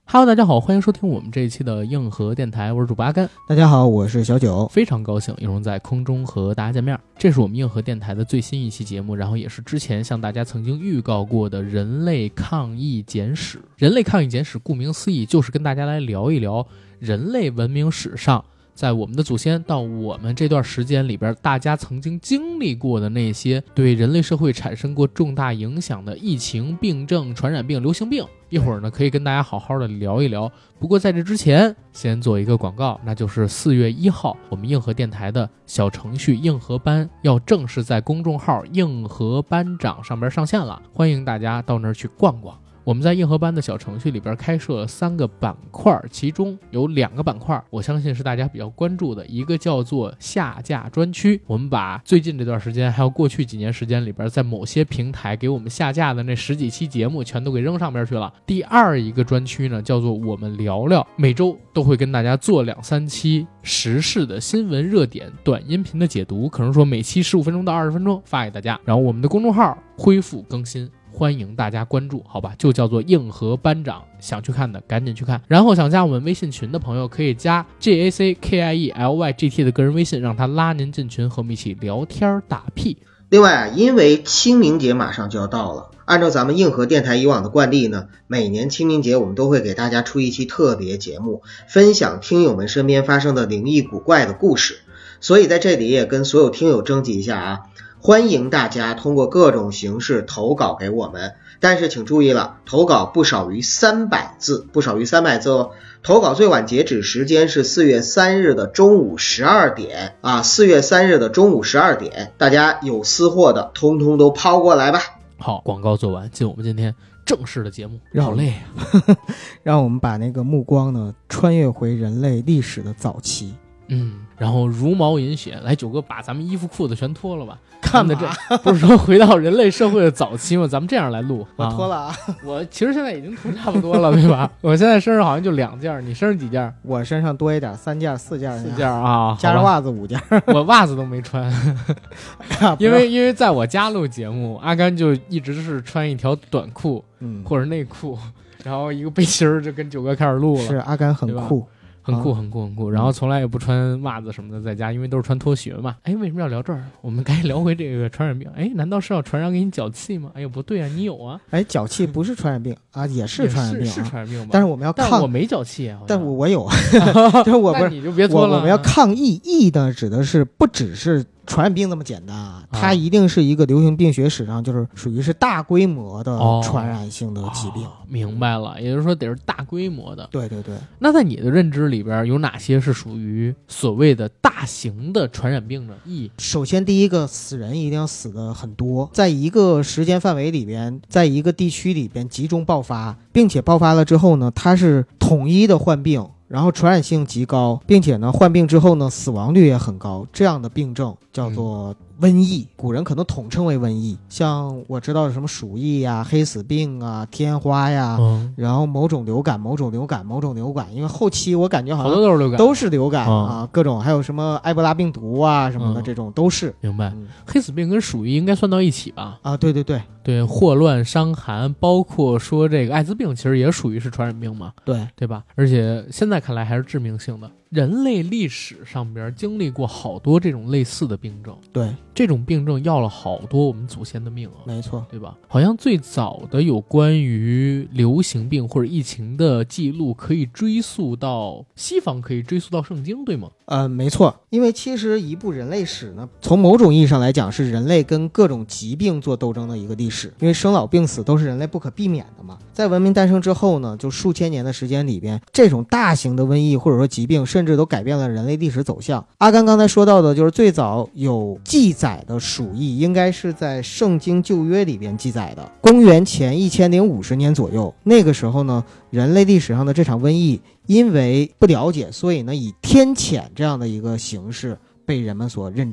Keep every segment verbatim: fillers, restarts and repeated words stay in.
Hello， 大家好，欢迎收听我们这一期的硬核电台，我是主播阿甘。 大家好，我是小九， 非常高兴有人在空中和大家见面。这是我们硬核电台的最新一期节目，然后也是之前向大家曾经预告过的人类抗疫简史。人类抗疫简史顾名思义，就是跟大家来聊一聊人类文明史上，在我们的祖先到我们这段时间里边，大家曾经经历过的那些对人类社会产生过重大影响的疫情、病症、传染病、流行病，一会儿呢可以跟大家好好的聊一聊。不过在这之前先做一个广告，那就是四月一号我们硬核电台的小程序硬核班要正式在公众号硬核班长上边上线了，欢迎大家到那儿去逛逛。我们在硬核班的小程序里边开设了三个板块，其中有两个板块我相信是大家比较关注的，一个叫做下架专区，我们把最近这段时间还有过去几年时间里边在某些平台给我们下架的那十几期节目全都给扔上边去了。第二一个专区呢叫做我们聊聊，每周都会跟大家做两三期时事的新闻热点短音频的解读，可能说每期十五分钟到二十分钟发给大家。然后我们的公众号恢复更新，欢迎大家关注，好吧，就叫做硬核班长，想去看的赶紧去看。然后想加我们微信群的朋友可以加 J A C K I E L Y G T 的个人微信，让他拉您进群，和我们一起聊天打屁。 另外啊，因为清明节马上就要到了，按照咱们硬核电台以往的惯例呢，每年清明节我们都会给大家出一期特别节目，分享听友们身边发生的灵异古怪的故事。所以在这里也跟所有听友征集一下啊，欢迎大家通过各种形式投稿给我们，但是请注意了，投稿不少于三百字，不少于三百字哦。投稿最晚截止时间是四月三日的中午十二点啊，四月三日的中午十二点，大家有私货的通通都抛过来吧。 好，广告做完，进我们今天正式的节目。好累啊让我们把那个目光呢穿越回人类历史的早期。 嗯，然后茹毛饮血，来九哥把咱们衣服裤子全脱了吧。看的这不是说回到人类社会的早期吗？咱们这样来录。 我脱了啊， 我其实现在已经脱差不多了，对吧？我现在身上好像就两件，你身上几件？ 我身上多一点，三件、四件、 四件啊， 加上袜子五件。 我袜子都没穿，因为因为在我家录节目，阿甘就一直是穿一条短裤，嗯，或者内裤，然后一个背心儿就跟九哥开始录了。 是阿甘很酷。 很酷很酷很酷，然后从来也不穿袜子什么的在家，因为都是穿拖鞋嘛。哎，为什么要聊这儿？我们该聊回这个传染病。哎，难道是要传染给你脚气吗？哎呦，不对啊，你有啊。 哎，脚气不是传染病啊，也是传染病、啊， 是传染病吧？ 但是我们要抗， 但我没脚气啊， 但我我有，但是我不是， 你就别脱了。 我, 我们要抗疫，疫呢指的是不只是传染病那么简单啊，它一定是一个流行病学史上就是属于是大规模的传染性的疾病。 哦哦、明白了，也就是说得是大规模的。 对对对。 那在你的认知里边有哪些是属于所谓的大型的传染病呢？疫， 首先第一个，死人一定要死的很多，在一个时间范围里边，在一个地区里边集中爆发，并且爆发了之后呢，它是统一的患病，然后传染性极高，并且呢患病之后呢死亡率也很高，这样的病症叫做瘟疫，古人可能统称为瘟疫。像我知道的什么鼠疫呀、黑死病啊、天花呀、嗯、然后某种流感某种流感某种流感，因为后期我感觉好像好多都是流感， 都是流感、嗯、啊，各种还有什么埃博拉病毒啊什么的、嗯、这种都是。 明白、嗯、黑死病跟鼠疫应该算到一起吧？ 啊，对对对对，霍乱、伤寒，包括说这个艾滋病其实也属于是传染病嘛， 对对吧？而且现在看来还是致命性的。人类历史上边经历过好多这种类似的病症， 对， 这种病症要了好多我们祖先的命啊， 没错， 对吧？好像最早的有关于流行病或者疫情的记录可以追溯到西方，可以追溯到圣经，对吗？ 呃，没错，因为其实一部人类史呢，从某种意义上来讲是人类跟各种疾病做斗争的一个历史，因为生老病死都是人类不可避免的嘛。在文明诞生之后呢，就数千年的时间里边，这种大型的瘟疫或者说疾病甚至都改变了人类历史走向。阿甘刚才说到的就是最早有记载的鼠疫，应该是在圣经旧约里边记载的，公元前一千零五十年左右。那个时候呢，人类历史上的这场瘟疫因为不了解，所以呢以天谴这样的一个形式被人们所认知。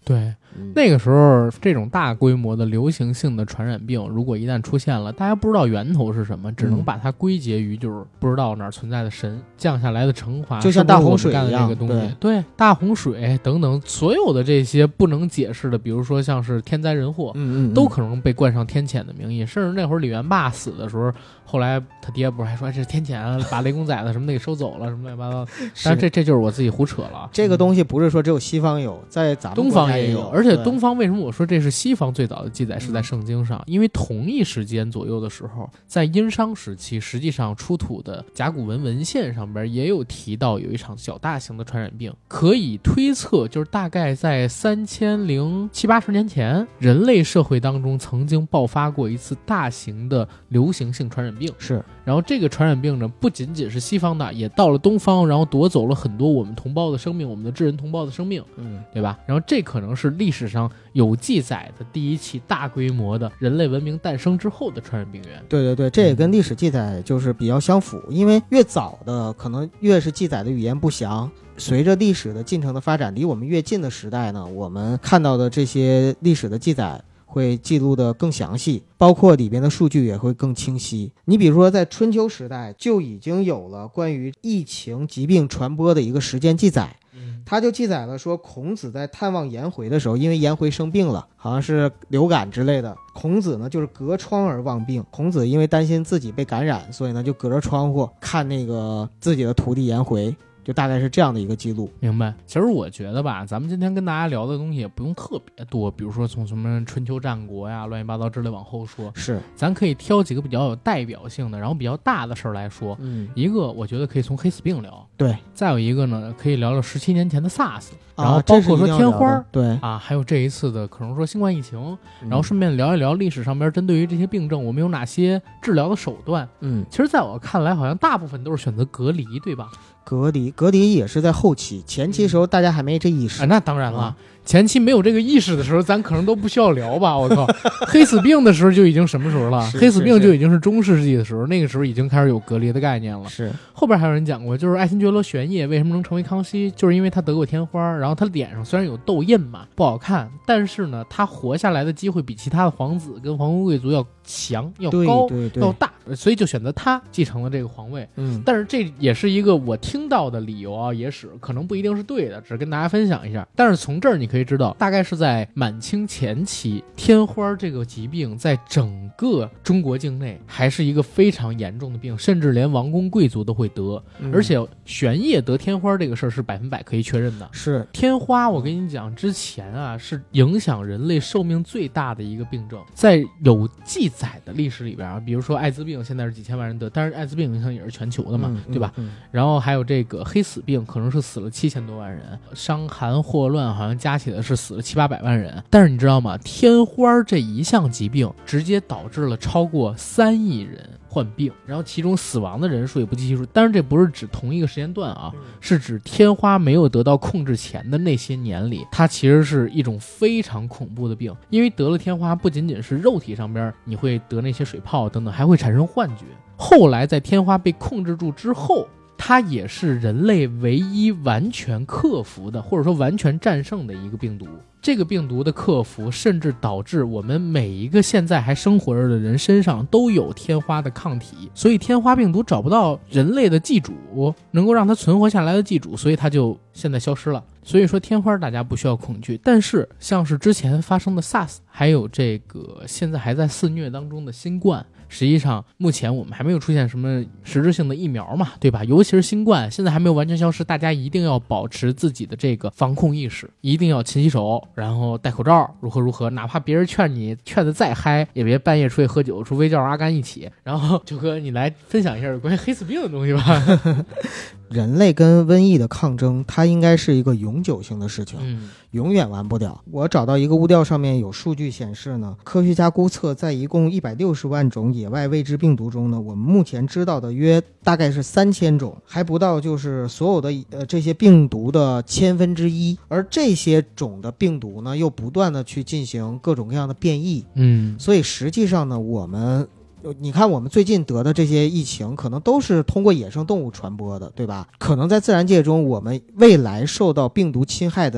对， 嗯、 那个时候这种大规模的流行性的传染病，如果一旦出现了，大家不知道源头是什么，只能把它归结于就是不知道哪儿存在的神降下来的惩罚， 就像大洪水干的这个东西，对, 对，大洪水等等所有的这些不能解释的，比如说像是天灾人祸， 嗯嗯嗯， 都可能被冠上天谴的名义。甚至那会儿李元霸死的时候，后来他爹不是还说、哎、这是天谴，把雷公崽子什么的给收走了，什么乱七八糟。但是这这就是我自己胡扯了。 这个东西不是说只有西方有，在咱们东方也有，而且东方为什么我说这是西方最早的记载是在圣经上？嗯、因为同一时间左右的时候，在殷商时期，实际上出土的甲骨文文献上边也有提到有一场较大型的传染病，可以推测就是大概在三千零七八十年前，人类社会当中曾经爆发过一次大型的流行性传染病。 是， 然后这个传染病呢，不仅仅是西方的，也到了东方，然后夺走了很多我们同胞的生命，我们的智人同胞的生命， 嗯， 对吧？然后这可能是历史上有记载的第一起大规模的人类文明诞生之后的传染病源。 对对对，这也跟历史记载就是比较相符，因为越早的可能越是记载的语言不详。随着历史的进程的发展，离我们越近的时代呢，我们看到的这些历史的记载会记录的更详细，包括里边的数据也会更清晰。你比如说在春秋时代就已经有了关于疫情疾病传播的一个时间记载，他就记载了说孔子在探望颜回的时候，因为颜回生病了，好像是流感之类的，孔子呢就是隔窗而望病。孔子因为担心自己被感染，所以呢就隔着窗户看那个自己的徒弟颜回，就大概是这样的一个记录。 明白。其实我觉得吧，咱们今天跟大家聊的东西也不用特别多，比如说从什么春秋战国呀乱七八糟之类往后说，是咱可以挑几个比较有代表性的然后比较大的事儿来说。嗯，一个我觉得可以从黑死病聊， 对， 再有一个呢可以聊聊十七年前的 SARS，然后包括说天花、 啊、对啊，还有这一次的可能说新冠疫情、嗯、然后顺便聊一聊历史上边针对于这些病症我们有哪些治疗的手段。嗯，其实在我看来好像大部分都是选择隔离，对吧？ 隔离隔离也是在后期，前期时候大家还没这意识、 嗯啊、那当然了、啊、前期没有这个意识的时候咱可能都不需要聊吧。我靠黑死病的时候就已经什么时候了？黑死病就已经是中世纪的时候，那个时候已经开始有隔离的概念了。 是，后边还有人讲过，就是爱新觉罗玄烨为什么能成为康熙，就是因为他得过天花，然后他脸上虽然有痘印嘛不好看，但是呢他活下来的机会比其他的皇子跟皇宫贵族要强要高， 对对对， 要大，所以就选择他继承了这个皇位。嗯，但是这也是一个我听到的理由啊，野史可能不一定是对的，只是跟大家分享一下。但是从这儿你可以知道，大概是在满清前期，天花这个疾病在整个中国境内还是一个非常严重的病，甚至连王公贵族都会得、嗯、而且玄烨得天花这个事儿是百分百可以确认的。 是天花，我跟你讲，之前啊是影响人类寿命最大的一个病症，在有记载的历史里边啊，比如说艾滋病现在是几千万人得，但是艾滋病影响也是全球的嘛、嗯、对吧、嗯嗯、然后还有这个黑死病可能是死了七千多万人，伤寒霍乱好像加起来是死了七八百万人。但是你知道吗，天花这一项疾病直接导致了超过三亿人患病，然后其中死亡的人数也不计其数。当然这不是指同一个时间段啊，是指天花没有得到控制前的那些年里，它其实是一种非常恐怖的病。因为得了天花不仅仅是肉体上边你会得那些水泡等等，还会产生幻觉。后来在天花被控制住之后，它也是人类唯一完全克服的，或者说完全战胜的一个病毒。这个病毒的克服甚至导致我们每一个现在还生活着的人身上都有天花的抗体，所以天花病毒找不到人类的寄主，能够让它存活下来的寄主，所以它就现在消失了。所以说天花大家不需要恐惧，但是像是之前发生的 SARS， 还有这个现在还在肆虐当中的新冠，实际上目前我们还没有出现什么实质性的疫苗嘛，对吧？尤其是新冠现在还没有完全消失，大家一定要保持自己的这个防控意识，一定要勤洗手，然后戴口罩，如何如何，哪怕别人劝你劝得再嗨，也别半夜出去喝酒，除非叫阿甘一起。然后九哥你来分享一下关于黑死病的东西吧。 人类跟瘟疫的抗争，它应该是一个永久性的事情、嗯、永远完不了。我找到一个物调上面有数据显示呢，科学家估测在一共一百六十万种野外未知病毒中呢，我们目前知道的约大概是三千种，还不到就是所有的呃这些病毒的千分之一。而这些种的病毒呢，又不断的去进行各种各样的变异，嗯，所以实际上呢，我们你看我们最近得的这些疫情可能都是通过野生动物传播的，对吧？可能在自然界中我们未来受到病毒侵害的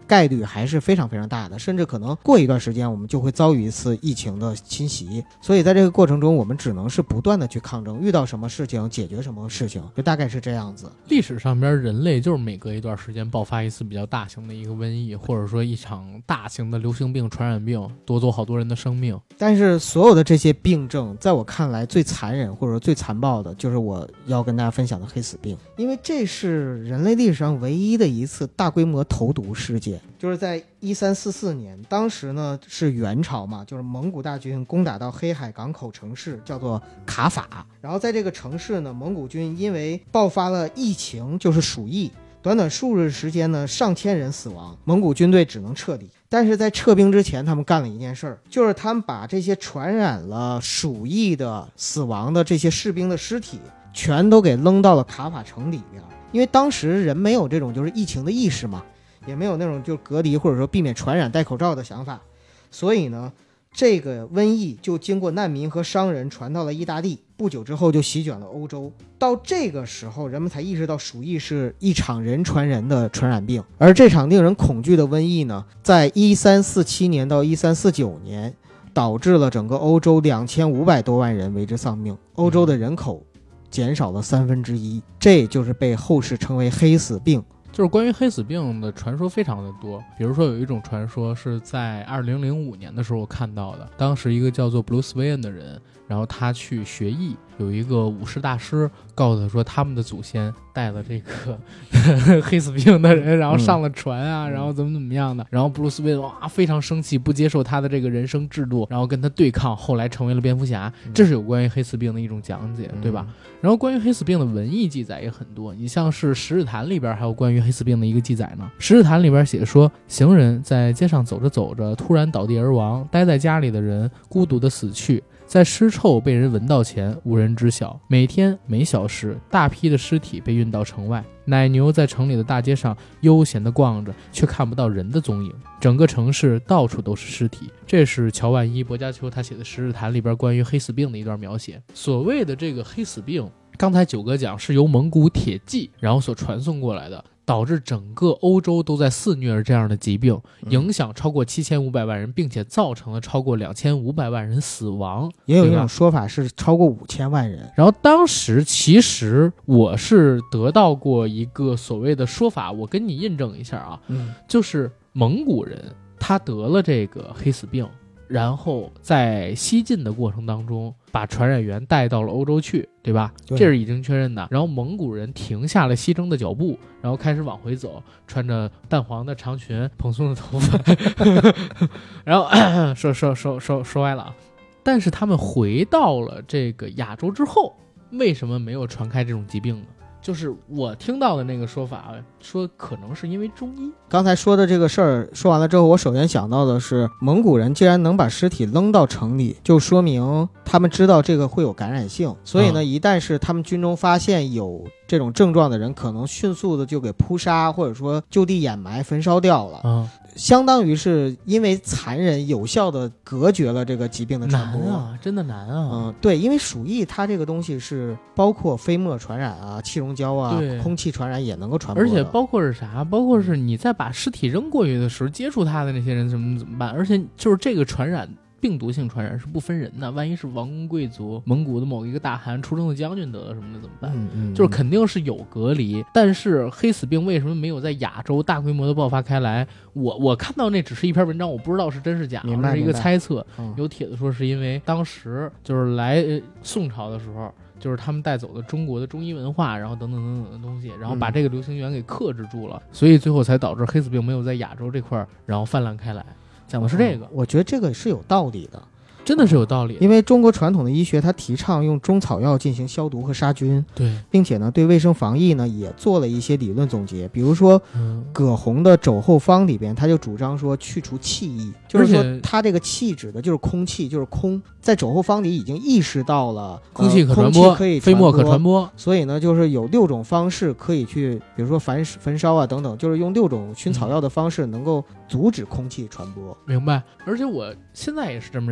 概率还是非常非常大的，甚至可能过一段时间我们就会遭遇一次疫情的侵袭。所以在这个过程中，我们只能是不断的去抗争，遇到什么事情解决什么事情，就大概是这样子。 历史上边人类就是每隔一段时间爆发一次比较大型的一个瘟疫，或者说一场大型的流行病、传染病，夺走好多人的生命。 但是所有的这些病症，在我看来最残忍或者说最残暴的就是我要跟大家分享的黑死病，因为这是人类历史上唯一的一次大规模投毒事件。就是在一三四四年，当时呢是元朝嘛，就是蒙古大军攻打到黑海港口城市叫做卡法，然后在这个城市呢，蒙古军因为爆发了疫情，就是鼠疫，短短数日时间呢，上千人死亡，蒙古军队只能撤离。但是在撤兵之前，他们干了一件事儿，就是他们把这些传染了鼠疫的死亡的这些士兵的尸体全都给扔到了卡法城里边。因为当时人没有这种就是疫情的意识嘛，也没有那种就隔离或者说避免传染戴口罩的想法，所以呢这个瘟疫就经过难民和商人传到了意大利，不久之后就席卷了欧洲。到这个时候，人们才意识到鼠疫是一场人传人的传染病。而这场令人恐惧的瘟疫呢，在一三四七年到一三四九年，导致了整个欧洲两千五百多万人为之丧命，欧洲的人口减少了三分之一，这就是被后世称为黑死病。 就是关于黑死病的传说非常的多，比如说有一种传说是在二零零五年的时候我看到的，当时一个叫做 Bruce Wayne 的人，然后他去学艺，有一个武士大师告诉他说他们的祖先带了这个黑死病的人，然后上了船啊、嗯、然后怎么怎么样的，然后 Bruce Wayne 哇非常生气，不接受他的这个人生制度，然后跟他对抗，后来成为了蝙蝠侠、嗯、这是有关于黑死病的一种讲解、嗯、对吧。然后关于黑死病的文艺记载也很多，你像是《十日谈》里边还有关于黑死病的一个记载呢。《十日谈》里边写说，行人在街上走着走着突然倒地而亡，待在家里的人孤独的死去，在尸臭被人闻到前无人知晓。每天每小时大批的尸体被运到城外，奶牛在城里的大街上悠闲地逛着，却看不到人的踪影，整个城市到处都是尸体。这是乔万一·薄伽丘他写的《十日谈》里边关于黑死病的一段描写。所谓的这个黑死病，刚才九哥讲是由蒙古铁骑然后所传送过来的，导致整个欧洲都在肆虐这样的疾病，影响超过七千五百万人，并且造成了超过两千五百万人死亡。 也有一种说法是超过五千万人。 然后当时其实我是得到过一个所谓的说法，我跟你印证一下啊，嗯，就是蒙古人他得了这个黑死病，然后在西进的过程当中把传染源带到了欧洲去，对吧？对，这是已经确认的。然后蒙古人停下了西征的脚步，然后开始往回走，穿着淡黄的长裙，蓬松的头发然后咳咳说说说说说歪了啊。但是他们回到了这个亚洲之后，为什么没有传开这种疾病呢？就是我听到的那个说法，说可能是因为中医。 刚才说的这个事儿说完了之后，我首先想到的是，蒙古人既然能把尸体扔到城里，就说明他们知道这个会有感染性，所以呢，一旦是他们军中发现有这种症状的人，可能迅速的就给扑杀，或者说就地掩埋焚烧掉了。嗯，相当于是因为残忍有效的隔绝了这个疾病的传播。 难啊，真的难啊。 嗯，对，因为鼠疫它这个东西是包括飞沫传染啊、气溶胶啊、空气传染也能够传播的。 而且包括是啥？包括是你在把尸体扔过去的时候，接触它的那些人怎么怎么办？而且就是这个传染。病毒性传染是不分人的，万一是王公贵族、蒙古的某一个大汗出征的将军得了什么的怎么办？嗯嗯，就是肯定是有隔离。但是黑死病为什么没有在亚洲大规模的爆发开来？我我看到那只是一篇文章，我不知道是真是假，这是一个猜测。嗯、有帖子说是因为当时就是来、呃、宋朝的时候，就是他们带走的中国的中医文化，然后等等等等的东西，然后把这个流行源给克制住了，嗯、所以最后才导致黑死病没有在亚洲这块然后泛滥开来。讲的是这个、嗯， 我觉得这个是有道理的， 真的是有道理。 因为中国传统的医学，它提倡用中草药进行消毒和杀菌，对，并且呢，对卫生防疫呢也做了一些理论总结。比如说，嗯、葛洪的《肘后方》里边，他就主张说去除气疫，就是说他这个气指的就是空气，就是空。在《肘后方》里已经意识到了空气可传播， 呃、可以飞沫可传播， 所以呢，就是有六种方式可以去，比如说焚焚烧啊等等，就是用六种熏草药的方式能够阻止空气传播。 明白。而且我现在也是这么认为啊，你看。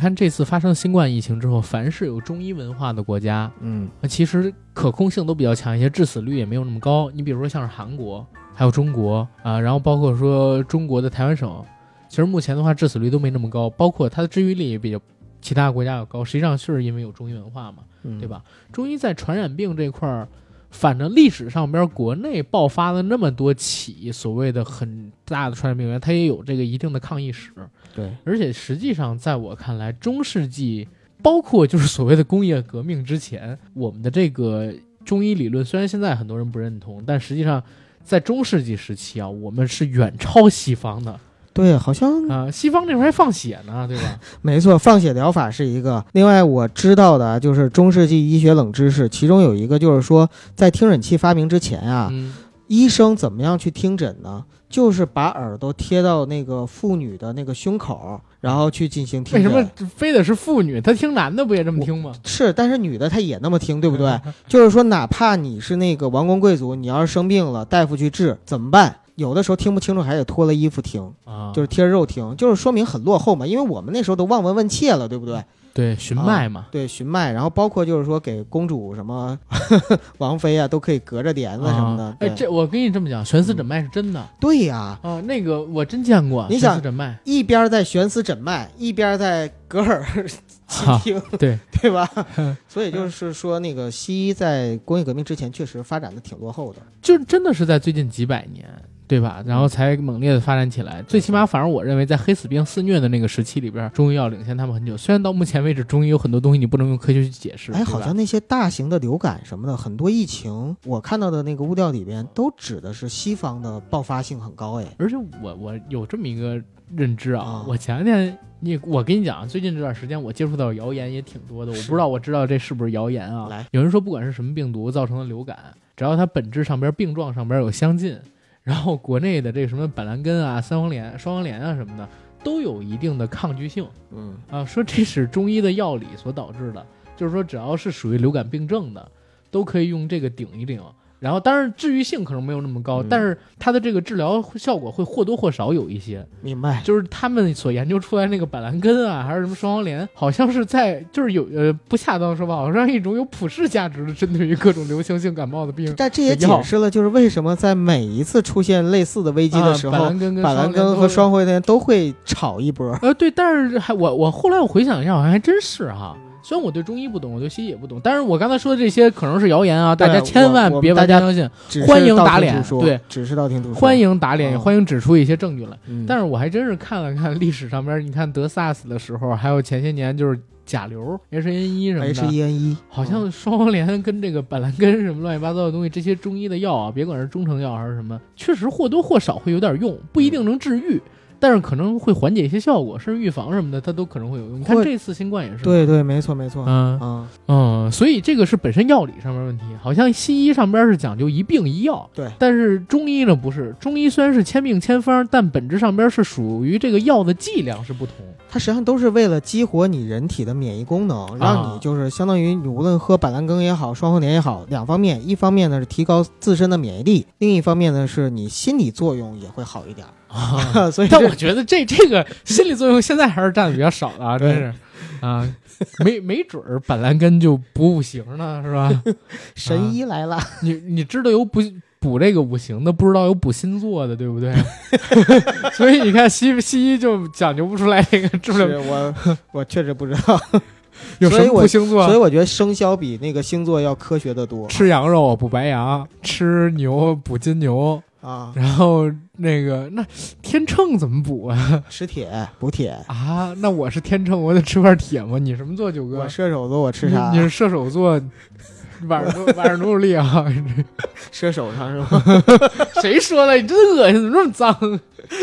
看这次发生新冠疫情之后，凡是有中医文化的国家， 嗯， 其实可控性都比较强一些，致死率也没有那么高。你比如说像是韩国，还有中国啊，然后包括说中国的台湾省，其实目前的话致死率都没那么高，包括它的治愈力也比较其他国家要高，实际上是因为有中医文化嘛， 嗯、 对吧？中医在传染病这块儿，反正历史上边国内爆发了那么多起所谓的很大的传染病源，它也有这个一定的抗疫史。 对， 而且实际上在我看来，中世纪包括就是所谓的工业革命之前，我们的这个中医理论虽然现在很多人不认同，但实际上在中世纪时期啊，我们是远超西方的。 对，好像啊、呃，西方那会儿还放血呢，对吧？ 没错，放血疗法是一个。另外我知道的就是中世纪医学冷知识，其中有一个就是说，在听诊器发明之前啊， 嗯、 医生怎么样去听诊呢？就是把耳朵贴到那个妇女的那个胸口，然后去进行听诊。 为什么非得是妇女？她听男的不也这么听吗？ 是，但是女的她也那么听，对不对？就是说，哪怕你是那个王公贵族，你要是生病了，大夫去治怎么办？有的时候听不清楚，还得脱了衣服听， 啊， 就是贴着肉听，就是说明很落后嘛。因为我们那时候都望闻问切了，对不对？ 对，寻脉嘛、 啊，对，寻脉。然后包括就是说给公主什么王妃啊，都可以隔着帘子什么的。 啊、哎，这我跟你这么讲，悬丝诊脉是真的。嗯、 对呀， 啊，那个我真见过。 你想悬丝诊脉， 一边在悬丝诊脉，一边在隔耳倾听， 对对吧？所以就是说，那个西医在工业革命之前确实发展的挺落后的， 就真的是在最近几百年。对吧？然后才猛烈的发展起来。最起码，反正我认为，在黑死病肆虐的那个时期里边，中医药领先他们很久。虽然到目前为止，中医有很多东西你不能用科学去解释。 哎，好像那些大型的流感什么的，很多疫情，我看到的那个物调里边都指的是西方的爆发性很高。哎， 而且我我有这么一个认知啊， 啊我前两天你我跟你讲，最近这段时间我接触到谣言也挺多的，我不知道我知道这是不是谣言啊？ 来， 有人说不管是什么病毒造成的流感，只要它本质上边病状上边有相近。然后国内的这个什么板蓝根啊、三黄连、双黄连啊什么的，都有一定的抗拒性。 嗯啊，说这是中医的药理所导致的，就是说只要是属于流感病症的，都可以用这个顶一顶。然后当然治愈性可能没有那么高、嗯、但是它的这个治疗效果会或多或少有一些。 明白， 就是他们所研究出来那个板蓝根啊还是什么双黄连，好像是在就是有呃不恰当说吧，好像一种有普世价值的针对于各种流行性感冒的病。 但这也解释了就是为什么在每一次出现类似的危机的时候、啊、板蓝根跟板蓝根和双黄连都会炒一波。 呃对，但是还我我后来我回想一下，好像还真是哈。虽然我对中医不懂，我对西医也不懂，但是我刚才说的这些可能是谣言啊，大家千万别完全相信，欢迎打脸，对， 只是道听途说， 欢迎打脸，也、 嗯、 欢迎指出一些证据来、 嗯。 但是我还真是看了看历史上边，你看得 SARS 的时候，还有前些年就是甲流 H N 一 什么的 H E N 一， 好像双黄连跟这个板蓝根什么乱七八糟的东西，这些中医的药啊，别管是中成药还是什么，确实或多或少会有点用，不一定能治愈。但是可能会缓解一些效果，甚至预防什么的，它都可能会有用。你看这次新冠也是， 对对，没错没错， 嗯嗯嗯，所以这个是本身药理上面问题，好像西医上边是讲究一病一药， 对， 但是中医呢不是，中医虽然是千病千方，但本质上边是属于这个药的剂量是不同， 它实际上都是为了激活你人体的免疫功能，让你就是相当于你无论喝板蓝根也好，双黄连也好，两方面，一方面呢是提高自身的免疫力，另一方面呢是你心理作用也会好一点。 啊， 所以但我觉得这这个心理作用现在还是占的比较少的啊，真是啊，没没准儿板蓝根就补五行呢，是吧？ 神医来了，啊、 你你知道有补补这个五行的，不知道有补星座的，对不对？所以你看西西医就讲究不出来这个治不了。 我我确实不知道。 有什么补星座？ 所以我觉得生肖比那个星座要科学的多。 吃羊肉补白羊，吃牛补金牛。 啊， 然后那个那天秤怎么补啊？ 吃铁补铁啊？那我是天秤，我得吃块铁吗？你什么座，九哥？ 我射手座，我吃啥？ 你, 你是射手座，晚上晚上努努力啊！ 射手上是吗？ 谁说的？你真恶心，怎么这么脏？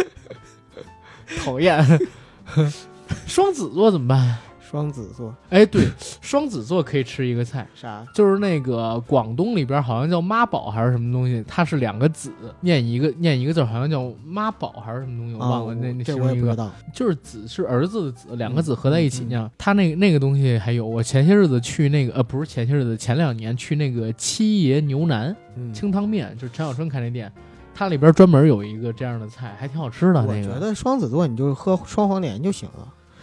讨厌。双子座怎么办？ 双子座， 哎，对，双子座可以吃一个菜， 啥？ 就是那个广东里边好像叫妈宝还是什么东西，它是两个子，念一个念一个字，好像叫妈宝还是什么东西，我忘了。 哦、 那那这我也不知道， 就是子是儿子的子，两个子合在一起呢。嗯嗯、它那个那个东西还有，我前些日子去那个呃，不是前些日子，前两年去那个七爷牛腩、嗯、清汤面，就是陈小春开那店。它里边专门有一个这样的菜，还挺好吃的。 我觉得双子座你就喝双黄连就行了。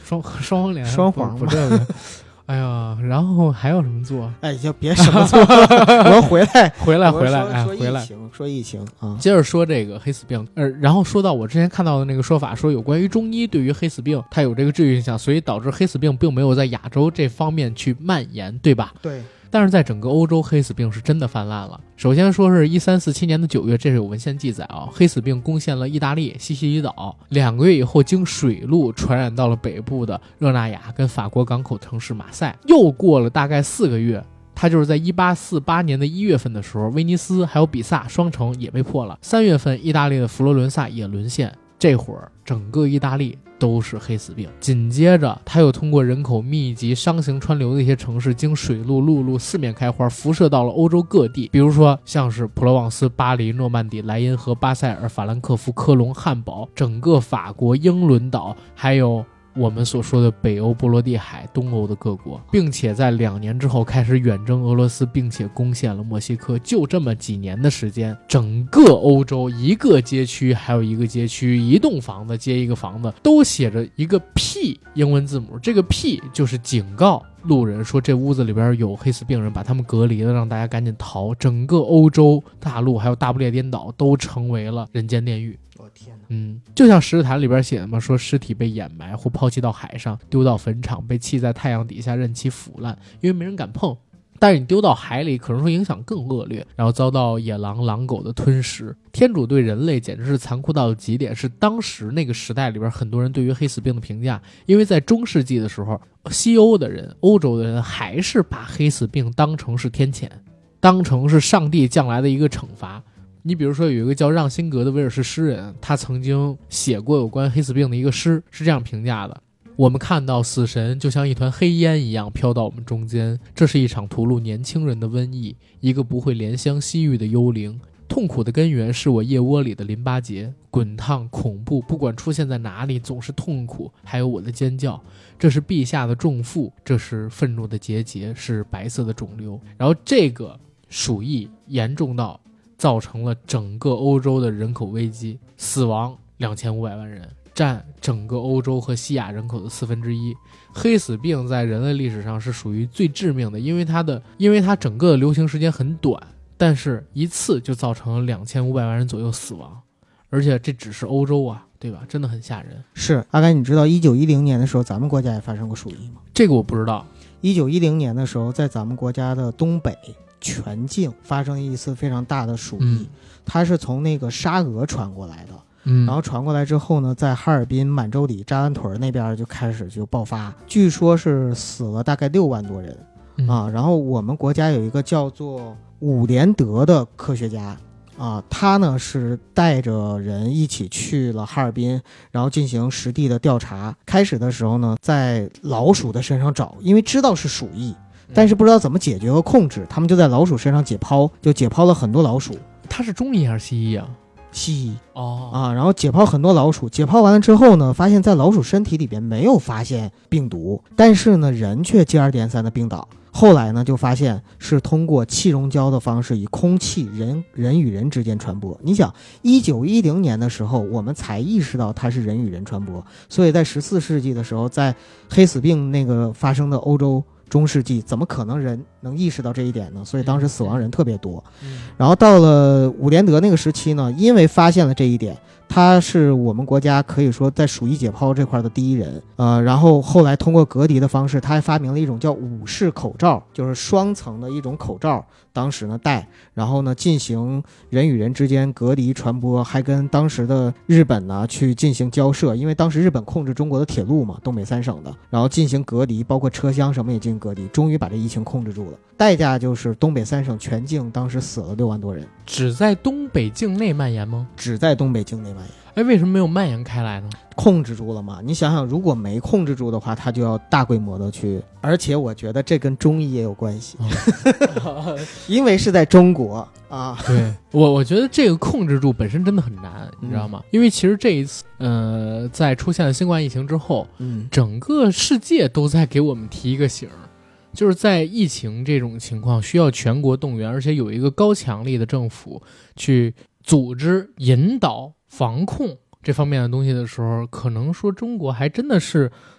双双黄连， 双黄不这个。哎呀，然后还有什么做？ 哎，就别什么做了，我回来， 回来，回来，哎， 回来， 说疫情啊。 接着说这个黑死病，呃，然后说到我之前看到的那个说法，说有关于中医对于黑死病它有这个治愈影响，所以导致黑死病并没有在亚洲这方面去蔓延，对吧？ 对。 但是在整个欧洲，黑死病是真的泛滥了。首先说是一三四七年的九月，这是有文献记载啊，黑死病攻陷了意大利西西里岛，两个月以后经水路传染到了北部的热那亚跟法国港口城市马赛。又过了大概四个月，它就是在一八四八年的一月份的时候，威尼斯还有比萨双城也被破了。三月份，意大利的佛罗伦萨也沦陷。这会儿整个意大利都是黑死病。紧接着他又通过人口密集商行川流的一些城市，经水路陆路四面开花，辐射到了欧洲各地，比如说像是普罗旺斯、巴黎、诺曼底、莱茵河、巴塞尔、法兰克福、科隆、汉堡，整个法国、英伦岛，还有我们所说的北欧波罗的海、东欧的各国，并且在两年之后开始远征俄罗斯，并且攻陷了墨西哥。就这么几年的时间，整个欧洲一个街区还有一个街区，一栋房子接一个房子，都写着一个 P 英文字母，这个 P 就是警告路人说这屋子里边有黑死病人，把他们隔离了，让大家赶紧逃。整个欧洲大陆还有大不列颠岛都成为了人间炼狱。 我、哦、天哪！ 嗯，就像石坛里边写的嘛，说尸体被掩埋或抛弃到海上，丢到坟场，被弃在太阳底下任其腐烂，因为没人敢碰。但是你丢到海里，可能说影响更恶劣，然后遭到野狼、狼狗的吞食。天主对人类简直是残酷到了极点，是当时那个时代里边很多人对于黑死病的评价。因为在中世纪的时候，西欧的人、欧洲的人还是把黑死病当成是天谴，当成是上帝降来的一个惩罚。你比如说有一个叫让辛格的威尔士诗人，他曾经写过有关黑死病的一个诗，是这样评价的：我们看到死神就像一团黑烟一样飘到我们中间，这是一场屠戮年轻人的瘟疫，一个不会怜香惜玉的幽灵。痛苦的根源是我腋窝里的淋巴结，滚烫恐怖，不管出现在哪里总是痛苦，还有我的尖叫。这是陛下的重负，这是愤怒的结节，是白色的肿瘤。然后这个鼠疫严重到造成了整个欧洲的人口危机，死亡两千五百万人，占整个欧洲和西亚人口的四分之一。黑死病在人类历史上是属于最致命的，因为它的因为它整个的流行时间很短，但是一次就造成了两千五百万人左右死亡，而且这只是欧洲啊，对吧？真的很吓人。 是阿甘，你知道一九一零年的时候咱们国家也发生过鼠疫吗？ 这个我不知道。 一九一零年的时候，在咱们国家的东北全境发生一次非常大的鼠疫、嗯、它是从那个沙俄传过来的，嗯，然后传过来之后呢，在哈尔滨、满洲里、扎兰屯那边就开始就爆发，据说是死了大概六万多人、嗯、啊。然后我们国家有一个叫做伍连德的科学家啊，他呢是带着人一起去了哈尔滨，然后进行实地的调查。开始的时候呢，在老鼠的身上找，因为知道是鼠疫，但是不知道怎么解决和控制，他们就在老鼠身上解剖，就解剖了很多老鼠。 它是中医还是西医啊？ 西医哦啊，然后解剖很多老鼠，解剖完了之后呢，发现在老鼠身体里边没有发现病毒，但是呢，人却接二连三的病倒。后来呢，就发现是通过气溶胶的方式，以空气人人与人之间传播。你想，一九一零年的时候，我们才意识到它是人与人传播，所以在十四世纪的时候，在黑死病那个发生的欧洲中世纪，怎么可能人能意识到这一点呢？所以当时死亡人特别多。然后到了伍连德那个时期呢，因为发现了这一点，他是我们国家可以说在鼠疫解剖这块的第一人。呃，然后后来通过隔离的方式，他还发明了一种叫五式口罩，就是双层的一种口罩，当时呢戴，然后呢进行人与人之间隔离传播，还跟当时的日本呢去进行交涉，因为当时日本控制中国的铁路嘛，东北三省的，然后进行隔离，包括车厢什么也进行隔离，终于把这疫情控制住了。代价就是东北三省全境当时死了六万多人。 只在东北境内蔓延吗？ 只在东北境内蔓延。 哎，为什么没有蔓延开来呢？ 控制住了嘛？你想想，如果没控制住的话，它就要大规模的去，而且我觉得这跟中医也有关系，哦、因为是在中国啊。 对，我我觉得这个控制住本身真的很难，你知道吗？嗯、因为其实这一次，呃，在出现了新冠疫情之后，嗯，整个世界都在给我们提一个醒儿。就是在疫情这种情况需要全国动员，而且有一个高强力的政府去组织引导防控这方面的东西的时候，可能说中国还真的是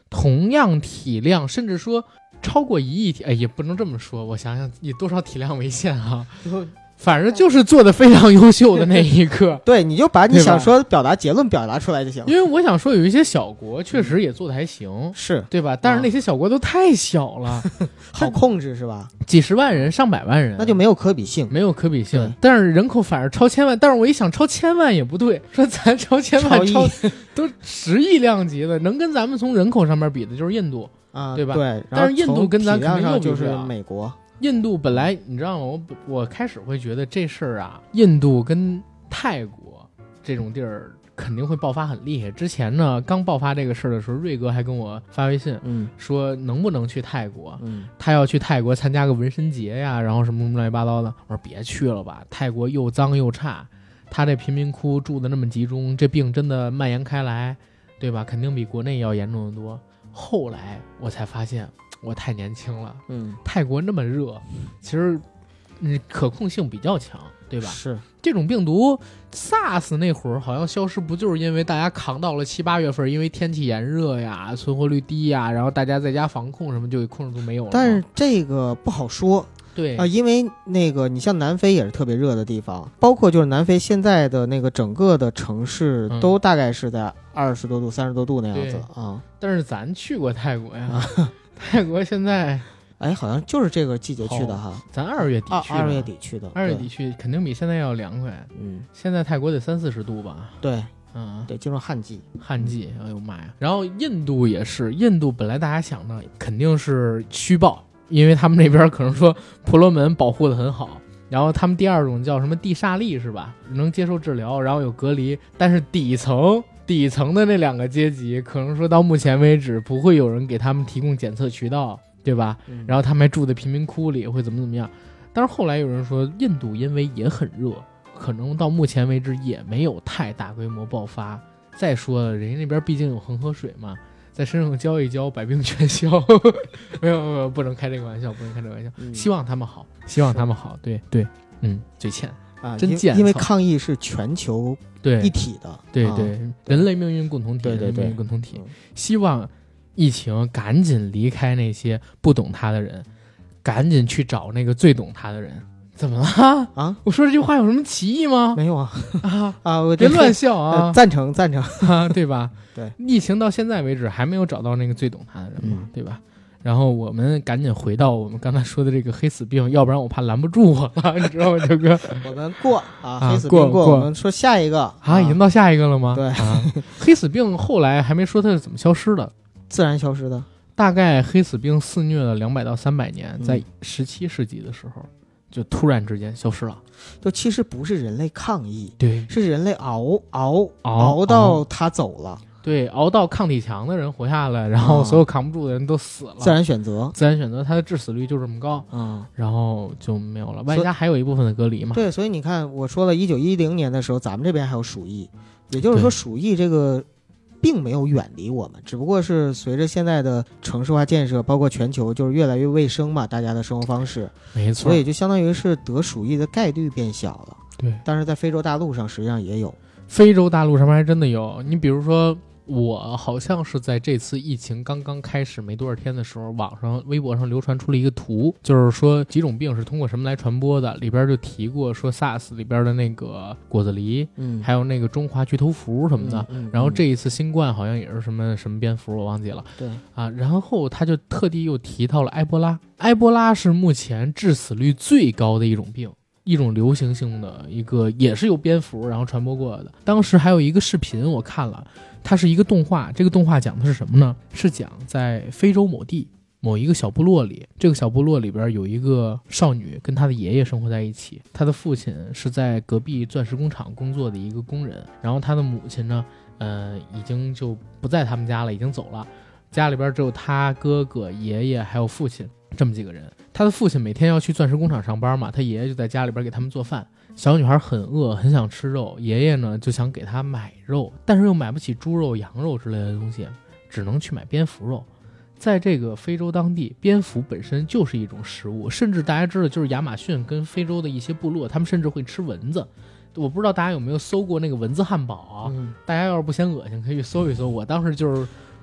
同样体量，甚至说超过一亿体，哎，也不能这么说，我想想以多少体量为限啊？反正就是做的非常优秀的那一个。 对，你就把你想说表达结论表达出来就行。 因为我想说，有一些小国确实也做的还行， 嗯、是对吧？但是那些小国都太小了， 好控制是吧？ 几十万人、上百万人， 那就没有可比性， 没有可比性。但是人口反而超千万，但是我一想，超千万也不对，说咱超千万、超, 超都十亿量级的，能跟咱们从人口上面比的就是印度啊， 对吧？ 对。 但是印度跟咱肯定又就是美国。 印度本来你知道吗？我我开始会觉得这事儿啊，印度跟泰国这种地儿肯定会爆发很厉害。之前呢，刚爆发这个事儿的时候，瑞哥还跟我发微信， 嗯， 说能不能去泰国？ 嗯， 他要去泰国参加个纹身节呀，然后什么什么乱七八糟的。我说别去了吧，泰国又脏又差，他这贫民窟住的那么集中，这病真的蔓延开来，对吧？肯定比国内要严重的多。后来我才发现。我太年轻了， 嗯， 泰国那么热，其实，嗯，可控性比较强，对吧？ 是这种病毒 SARS 那会儿好像消失，不就是因为大家扛到了七八月份，因为天气炎热呀，存活率低呀，然后大家在家防控什么就给控制住没有了。 但是这个不好说， 对啊、呃，因为那个你像南非也是特别热的地方，包括就是南非现在的那个整个的城市都大概是在二十多度、三十多度那样子啊。 但是咱去过泰国呀。啊泰国现在， 哎，好像就是这个季节去的哈。 咱二月底去的， 二月底去的， 二月底去肯定比现在要凉快。 嗯， 现在泰国得三四十度吧？ 对， 嗯， 得进入旱季。 旱季，哎呦妈呀！然后印度也是，印度本来大家想呢，肯定是虚报，因为他们那边可能说婆罗门保护的很好。然后他们第二种叫什么地刹利是吧？能接受治疗，然后有隔离，但是底层。底层的那两个阶级，可能说到目前为止不会有人给他们提供检测渠道，对吧？ 嗯、 然后他们还住在贫民窟里，会怎么怎么样？但是后来有人说，印度因为也很热，可能到目前为止也没有太大规模爆发。再说了，人家那边毕竟有恒河水嘛，在身上浇一浇，百病全消。没有没有，不能开这个玩笑，不能开这个玩笑。 嗯、 希望他们好，希望他们好。对对，嗯，嘴欠。 啊， 真贱！ 因为抗疫是全球一体的， 对对、啊、对，人类命运共同体， 对对对， 命运共同体。 嗯、 希望疫情赶紧离开那些不懂他的人，赶紧去找那个最懂他的人。怎么了啊？ 我说这句话有什么歧义吗？ 没有啊啊啊！我别乱笑啊！ 呃、赞成赞成啊，对吧？ 对， 疫情到现在为止还没有找到那个最懂他的人嘛， 嗯、 对吧？然后我们赶紧回到我们刚才说的这个黑死病，要不然我怕拦不住我了，你知道吗，九哥？ 我们过啊， 啊黑死病过， 我们说下一个啊， 啊已经到下一个了吗？ 对， 啊，黑死病后来还没说它是怎么消失的， 自然消失的。 大概黑死病肆虐了两百到三百年，在十七世纪的时候，就突然之间消失了。 就其实不是人类抗议， 对， 是人类熬熬熬熬到他走了。 对，熬到抗体强的人活下来，然后所有扛不住的人都死了。 自然选择， 自然选择，它的致死率就这么高， 嗯， 然后就没有了。外加还有一部分的隔离嘛。 对，所以你看，我说了一九一零年的时候，咱们这边还有鼠疫，也就是说，鼠疫这个并没有远离我们，只不过是随着现在的城市化建设，包括全球就是越来越卫生嘛，大家的生活方式， 没错， 所以就相当于是得鼠疫的概率变小了。 对， 但是在非洲大陆上实际上也有， 非洲大陆上面还真的有。你比如说。我好像是在这次疫情刚刚开始没多少天的时候，网上微博上流传出了一个图，就是说几种病是通过什么来传播的，里边就提过说 SARS 里边的那个果子狸， 嗯， 还有那个中华巨头蝠什么的， 嗯嗯嗯、 然后这一次新冠好像也是什么什么蝙蝠我忘记了， 对啊，然后他就特地又提到了埃博拉，埃博拉是目前致死率最高的一种病。一种流行性的一个也是由蝙蝠然后传播过的。当时还有一个视频我看了，它是一个动画，这个动画讲的是什么呢？是讲在非洲某地某一个小部落里，这个小部落里边有一个少女跟她的爷爷生活在一起，她的父亲是在隔壁钻石工厂工作的一个工人，然后她的母亲呢呃，已经就不在他们家了，已经走了，家里边只有他哥哥爷爷还有父亲这么几个人。他的父亲每天要去钻石工厂上班嘛，他爷爷就在家里边给他们做饭。小女孩很饿，很想吃肉，爷爷呢就想给她买肉，但是又买不起猪肉、羊肉之类的东西，只能去买蝙蝠肉。在这个非洲当地，蝙蝠本身就是一种食物，甚至大家知道，就是亚马逊跟非洲的一些部落，他们甚至会吃蚊子。我不知道大家有没有搜过那个蚊子汉堡啊？ 嗯、 大家要是不嫌恶心，可以搜一搜。我当时就是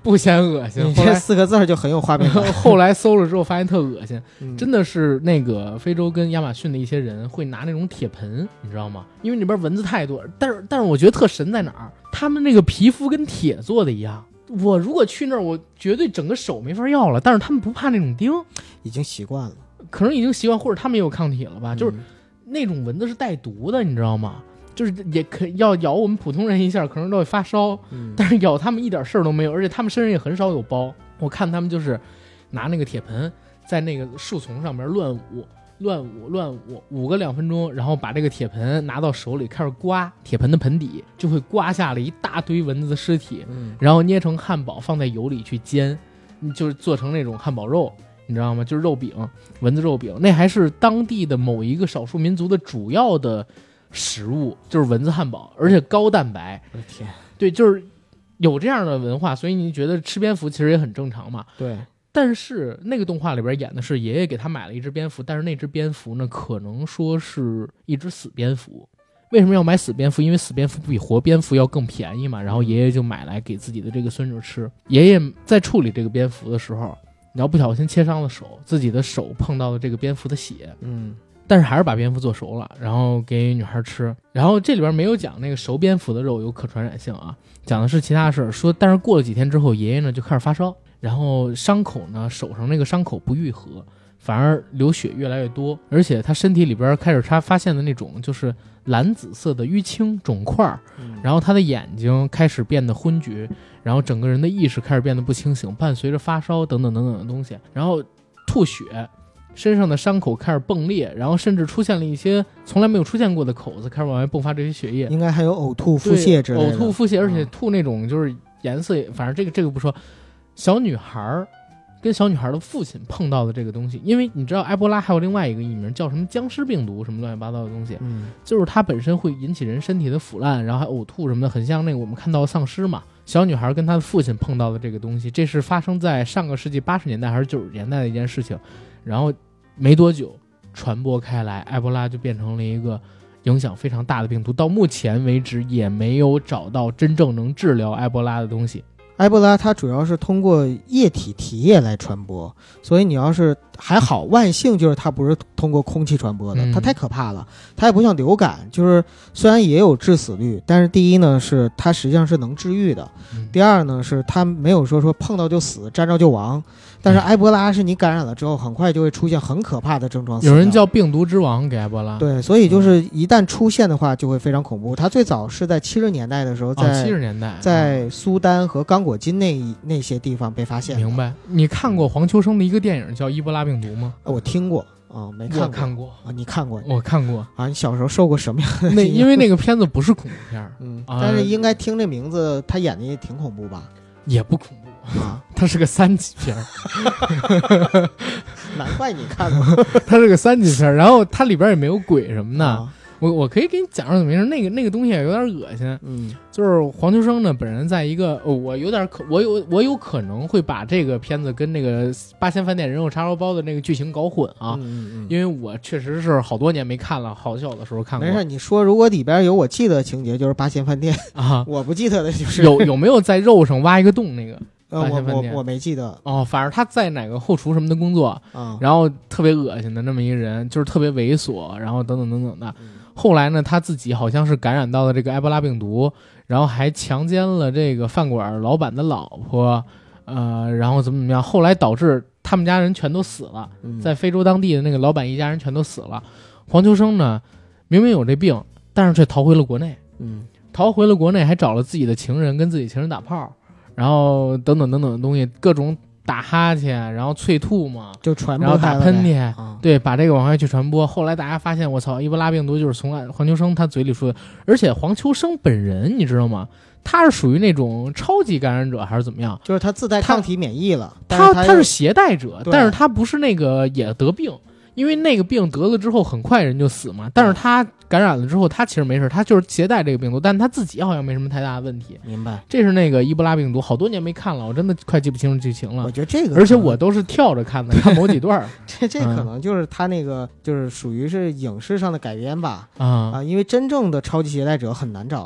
不嫌恶心。 你这四个字就很有画面感。 后来搜了之后发现特恶心， 嗯、 真的是那个非洲跟亚马逊的一些人会拿那种铁盆，你知道吗？因为里边蚊子太多。但是但是我觉得特神在哪儿？他们那个皮肤跟铁做的一样。我如果去那儿，我绝对整个手没法要了。但是他们不怕那种叮， 已经习惯了， 可能已经习惯，或者他们也有抗体了吧？ 嗯、 就是那种蚊子是带毒的，你知道吗？就是也可要咬我们普通人一下，可能都会发烧， 嗯、 但是咬他们一点事儿都没有，而且他们身上也很少有包。我看他们就是拿那个铁盆在那个树丛上面乱舞。乱舞乱舞舞个两分钟，然后把这个铁盆拿到手里开始刮，铁盆的盆底就会刮下了一大堆蚊子的尸体， 嗯、 然后捏成汉堡放在油里去煎，就是做成那种汉堡肉，你知道吗？就是肉饼，蚊子肉饼，那还是当地的某一个少数民族的主要的食物，就是蚊子汉堡，而且高蛋白。 我的天， 对，就是有这样的文化，所以你觉得吃蝙蝠其实也很正常嘛？ 对。 但是那个动画里边演的是爷爷给他买了一只蝙蝠，但是那只蝙蝠呢，可能说是一只死蝙蝠。为什么要买死蝙蝠？因为死蝙蝠比活蝙蝠要更便宜嘛。然后爷爷就买来给自己的这个孙女吃。爷爷在处理这个蝙蝠的时候，然后不小心切伤了手，自己的手碰到了这个蝙蝠的血， 嗯， 但是还是把蝙蝠做熟了，然后给女孩吃。然后这里边没有讲那个熟蝙蝠的肉有可传染性啊，讲的是其他事儿。说但是过了几天之后，爷爷呢就开始发烧。然后伤口呢，手上那个伤口不愈合，反而流血越来越多，而且他身体里边开始他发现的那种就是蓝紫色的淤青肿块， 嗯、 然后他的眼睛开始变得昏厥，然后整个人的意识开始变得不清醒，伴随着发烧等等等等的东西，然后吐血，身上的伤口开始迸裂，然后甚至出现了一些从来没有出现过的口子，开始往外迸发这些血液， 应该还有呕吐、腹泻之类的。 呕吐、腹泻，而且吐那种就是颜色，嗯、反正这个这个不说。小女孩跟小女孩的父亲碰到的这个东西，因为你知道埃博拉还有另外一个译名叫什么僵尸病毒什么乱七八糟的东西， 嗯， 就是它本身会引起人身体的腐烂，然后还呕吐什么的，很像那个我们看到的丧尸嘛。小女孩跟她的父亲碰到的这个东西，这是发生在上个世纪八十年代还是九十年代的一件事情，然后没多久传播开来，埃博拉就变成了一个影响非常大的病毒，到目前为止也没有找到真正能治疗埃博拉的东西。 埃博拉它主要是通过液体体液来传播，所以你要是还好，万幸就是它不是通过空气传播的，它太可怕了。它也不像流感，就是虽然也有致死率，但是第一呢是它实际上是能治愈的，第二呢是它没有说说碰到就死，沾着就亡。但是埃博拉是你感染了之后，很快就会出现很可怕的症状。 有人叫病毒之王给埃博拉。 对，所以就是一旦出现的话，就会非常恐怖。它最早是在七十年代的时候，在七十年代， 在苏丹和刚果金那那些地方被发现。 明白？你看过黄秋生的一个电影叫《伊波拉病毒》吗？ 我听过啊、哦，没看过。 我看过啊，你看过？ 我看过啊。你小时候受过什么样的？ 那因为那个片子不是恐怖片， 嗯、 啊， 但是应该听这名字，他演的也挺恐怖吧？ 也不恐怖。 啊， 它是个三级片儿， 难怪你看过。 它是个三级片儿，然后它里边也没有鬼什么的。 啊、 我我可以给你讲讲怎么回事。那个那个东西也有点恶心。 嗯， 就是黄秋生呢，本人在一个，哦、我有点可，我有我有可能会把这个片子跟那个八仙饭店人肉叉烧包的那个剧情搞混啊， 嗯嗯嗯、 因为我确实是好多年没看了，好小的时候看过。 没事，你说如果里边有我记得的情节，就是八仙饭店啊， 我不记得的就是有有没有在肉上挖一个洞那个。 呃，我我我没记得哦，反正他在哪个后厨什么的工作， 嗯、 然后特别恶心的那么一个人，就是特别猥琐，然后等等等等的。嗯、后来呢，他自己好像是感染到了这个埃博拉病毒，然后还强奸了这个饭馆老板的老婆，呃，然后怎么怎么样，后来导致他们家人全都死了， 嗯、 在非洲当地的那个老板一家人全都死了。黄秋生呢，明明有这病，但是却逃回了国内， 嗯， 逃回了国内，还找了自己的情人，跟自己情人打炮。然后等等等等的东西，各种打哈欠，然后催吐嘛， 就传播， 然后打喷嚏， 啊、 对，把这个往外去传播。后来大家发现，我操，伊波拉病毒就是从黄秋生他嘴里出的，而且黄秋生本人你知道吗？他是属于那种超级感染者还是怎么样？ 就是他自带抗体免疫了， 他但是 他, 他是携带者，但是他不是那个也得病。因为那个病得了之后很快人就死嘛，但是他感染了之后他其实没事，他就是携带这个病毒，但他自己好像没什么太大的问题。 明白， 这是那个伊波拉病毒，好多年没看了，我真的快记不清楚剧情了。 我觉得这个， 而且我都是跳着看的，看某几段。 这这可能就是他那个、嗯、就是属于是影视上的改编吧。 啊、 啊，因为真正的超级携带者很难找啊。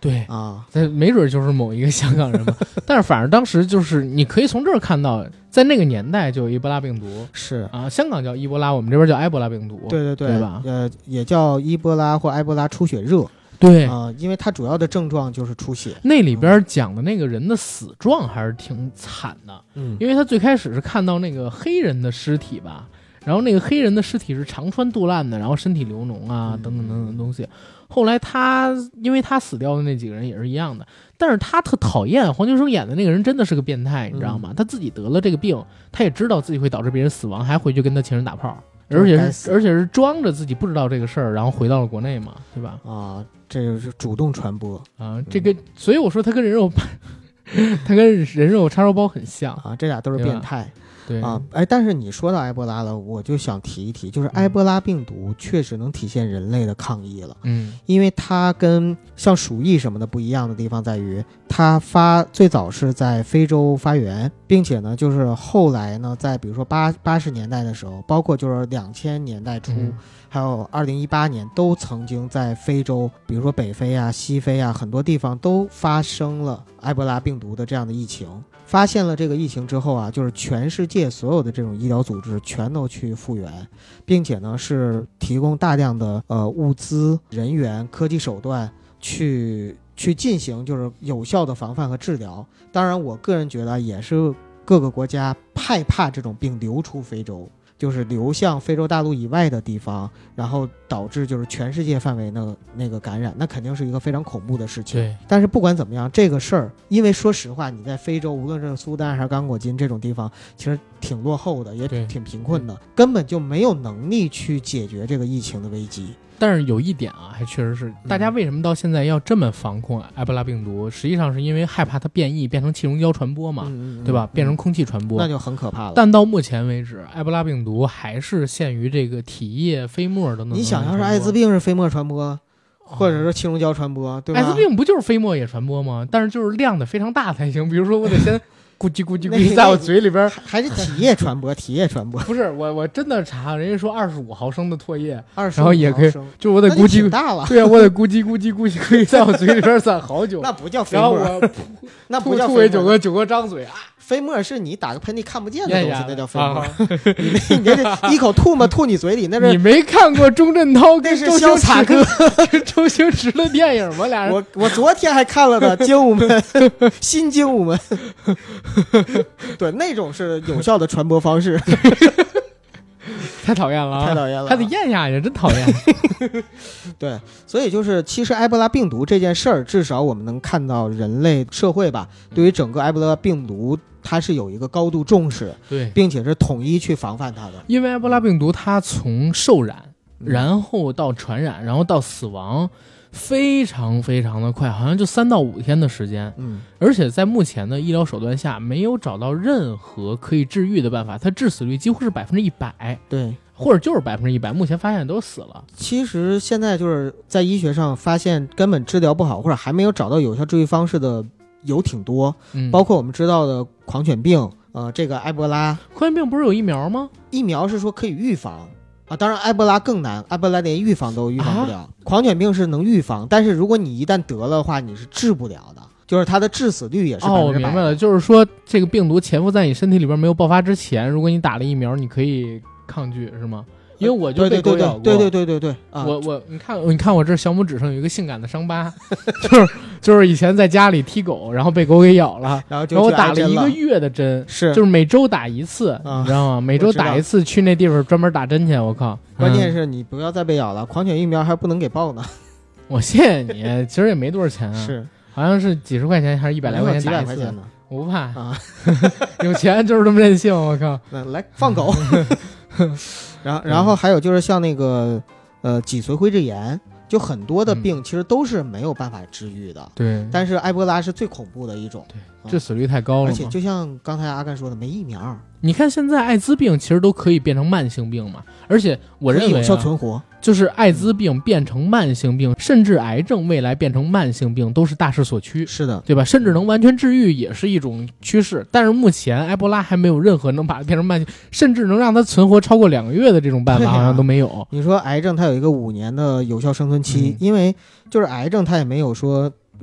对啊， 没准就是某一个香港人嘛。但是反正当时就是你可以从这儿看到，在那个年代就有伊波拉病毒， 是啊，香港叫伊波拉，我们这边叫埃博拉病毒， 对对对， 对吧？ 呃，也叫伊波拉或埃博拉出血热。 对啊、呃，因为它主要的症状就是出血。 那里边讲的那个人的死状还是挺惨的， 嗯， 因为他最开始是看到那个黑人的尸体吧，然后那个黑人的尸体是肠穿肚烂的，然后身体流脓啊， 嗯、 等等等等东西。后来他因为他死掉的那几个人也是一样的，但是他特讨厌黄秋生演的那个人，真的是个变态，你知道吗？ 嗯、 他自己得了这个病，他也知道自己会导致别人死亡，还回去跟他情人打炮。而且是而且是装着自己不知道这个事儿，然后回到了国内嘛，对吧？ 啊，这就是主动传播啊，这个，所以我说他跟人肉，他跟人肉叉烧包很像啊，这俩都是变态。 对啊，哎，但是你说到埃博拉了，我就想提一提，就是埃博拉病毒确实能体现人类的抗疫了。 嗯， 因为它跟像鼠疫什么的不一样的地方在于，它发最早是在非洲发源，并且呢，就是后来呢，在比如说八八十年代的时候，包括就是两千年代初， 嗯、 还有二零一八年，都曾经在非洲，比如说北非啊、西非啊，很多地方都发生了埃博拉病毒的这样的疫情。发现了这个疫情之后啊，就是全世界所有的这种医疗组织全都去复原，并且呢是提供大量的呃物资、人员、科技手段去去进行就是有效的防范和治疗。当然，我个人觉得也是各个国家害怕这种病流出非洲，就是流向非洲大陆以外的地方，然后导致就是全世界范围的那个感染，那肯定是一个非常恐怖的事情。 对， 但是不管怎么样，这个事儿，因为说实话，你在非洲，无论是苏丹还是刚果金这种地方，其实挺落后的，也挺贫困的，根本就没有能力去解决这个疫情的危机。 但是有一点啊，还确实是，大家为什么到现在要这么防控埃博拉病毒？实际上是因为害怕它变异，变成气溶胶传播嘛， 嗯嗯、 对吧？变成空气传播， 那就很可怕了。 但到目前为止，埃博拉病毒还是限于这个体液、飞沫等等。 你想要是艾滋病是飞沫传播，或者是气溶胶传播，对吧？ 艾滋病不就是飞沫也传播吗？但是就是量的非常大才行。比如说，我得先咕叽咕叽咕叽在我嘴里边， 还是体液传播，体液传播。 不是我，我真的查，人家说二十五毫升的唾液， 二十， 然后也可以，就我得咕叽大了， 对啊，我得咕叽咕叽咕叽咕叽在我嘴里边攒好久， 那不叫飞沫， 然后我那不叫吐为九个九个张嘴啊。 飞沫是你打个喷嚏看不见的东西，那叫飞沫。 啊、 你那你这一口吐沫吐你嘴里，那是你没看过钟镇涛跟周星驰哥周星驰的电影吗？俩人我我昨天还看了的《精武门》新精武门，对，那种是有效的传播方式。 太讨厌了、啊， 太讨厌了， 还得咽下去，真讨厌。 对，所以就是其实埃博拉病毒这件事儿，至少我们能看到人类社会吧，对于整个埃博拉病毒，它是有一个高度重视， 对， 并且是统一去防范它的。 因为埃博拉病毒它从受染，然后到传染，然后到死亡。非常非常的快，好像就三到五天的时间， 嗯， 而且在目前的医疗手段下，没有找到任何可以治愈的办法，它致死率几乎是百分之一百， 对， 或者就是百分之一百，目前发现都死了。 其实现在就是在医学上发现根本治疗不好，或者还没有找到有效治愈方式的有挺多， 嗯， 包括我们知道的狂犬病，呃，这个埃博拉， 狂犬病不是有疫苗吗？ 疫苗是说可以预防。啊，当然埃博拉更难，埃博拉连预防都预防不了、啊。狂犬病是能预防，但是如果你一旦得了的话，你是治不了的，就是它的致死率也是百分之百。 哦，我明白了，就是说这个病毒潜伏在你身体里边没有爆发之前，如果你打了疫苗，你可以抗拒，是吗？因为我就被狗咬过， 对对对对对对， 啊、我我你看你看我这小拇指上有一个性感的伤疤，就是就是以前在家里踢狗，然后被狗给咬了， 然后就然后我打了一个月的针， 是就是每周打一次， 啊、 你知道吗？每周打一次，去那地方专门打针去，我靠！ 关键是你不要再被咬了，狂犬疫苗还不能给报呢。 我谢谢你，其实也没多少钱啊， 是好像是几十块钱还是一百来块钱打一次呢？ 我不怕啊， 有钱就是这么任性，我靠！ 那来放狗。然后，然后还有就是像那个，呃，脊髓灰质炎，就很多的病其实都是没有办法治愈的。 对， 但是埃博拉是最恐怖的一种， 对，致死率太高了。 而且就像刚才阿甘说的，没疫苗。 你看现在艾滋病其实都可以变成慢性病嘛，而且我认为、啊、 有效存活， 就是艾滋病变成慢性病，甚至癌症未来变成慢性病都是大势所趋。 是的， 对吧？甚至能完全治愈也是一种趋势。但是目前埃博拉还没有任何能把它变成慢性，甚至能让它存活超过两个月的这种办法，好像都没有。 啊、你说癌症它有一个五年的有效生存期， 嗯、 因为就是癌症它也没有说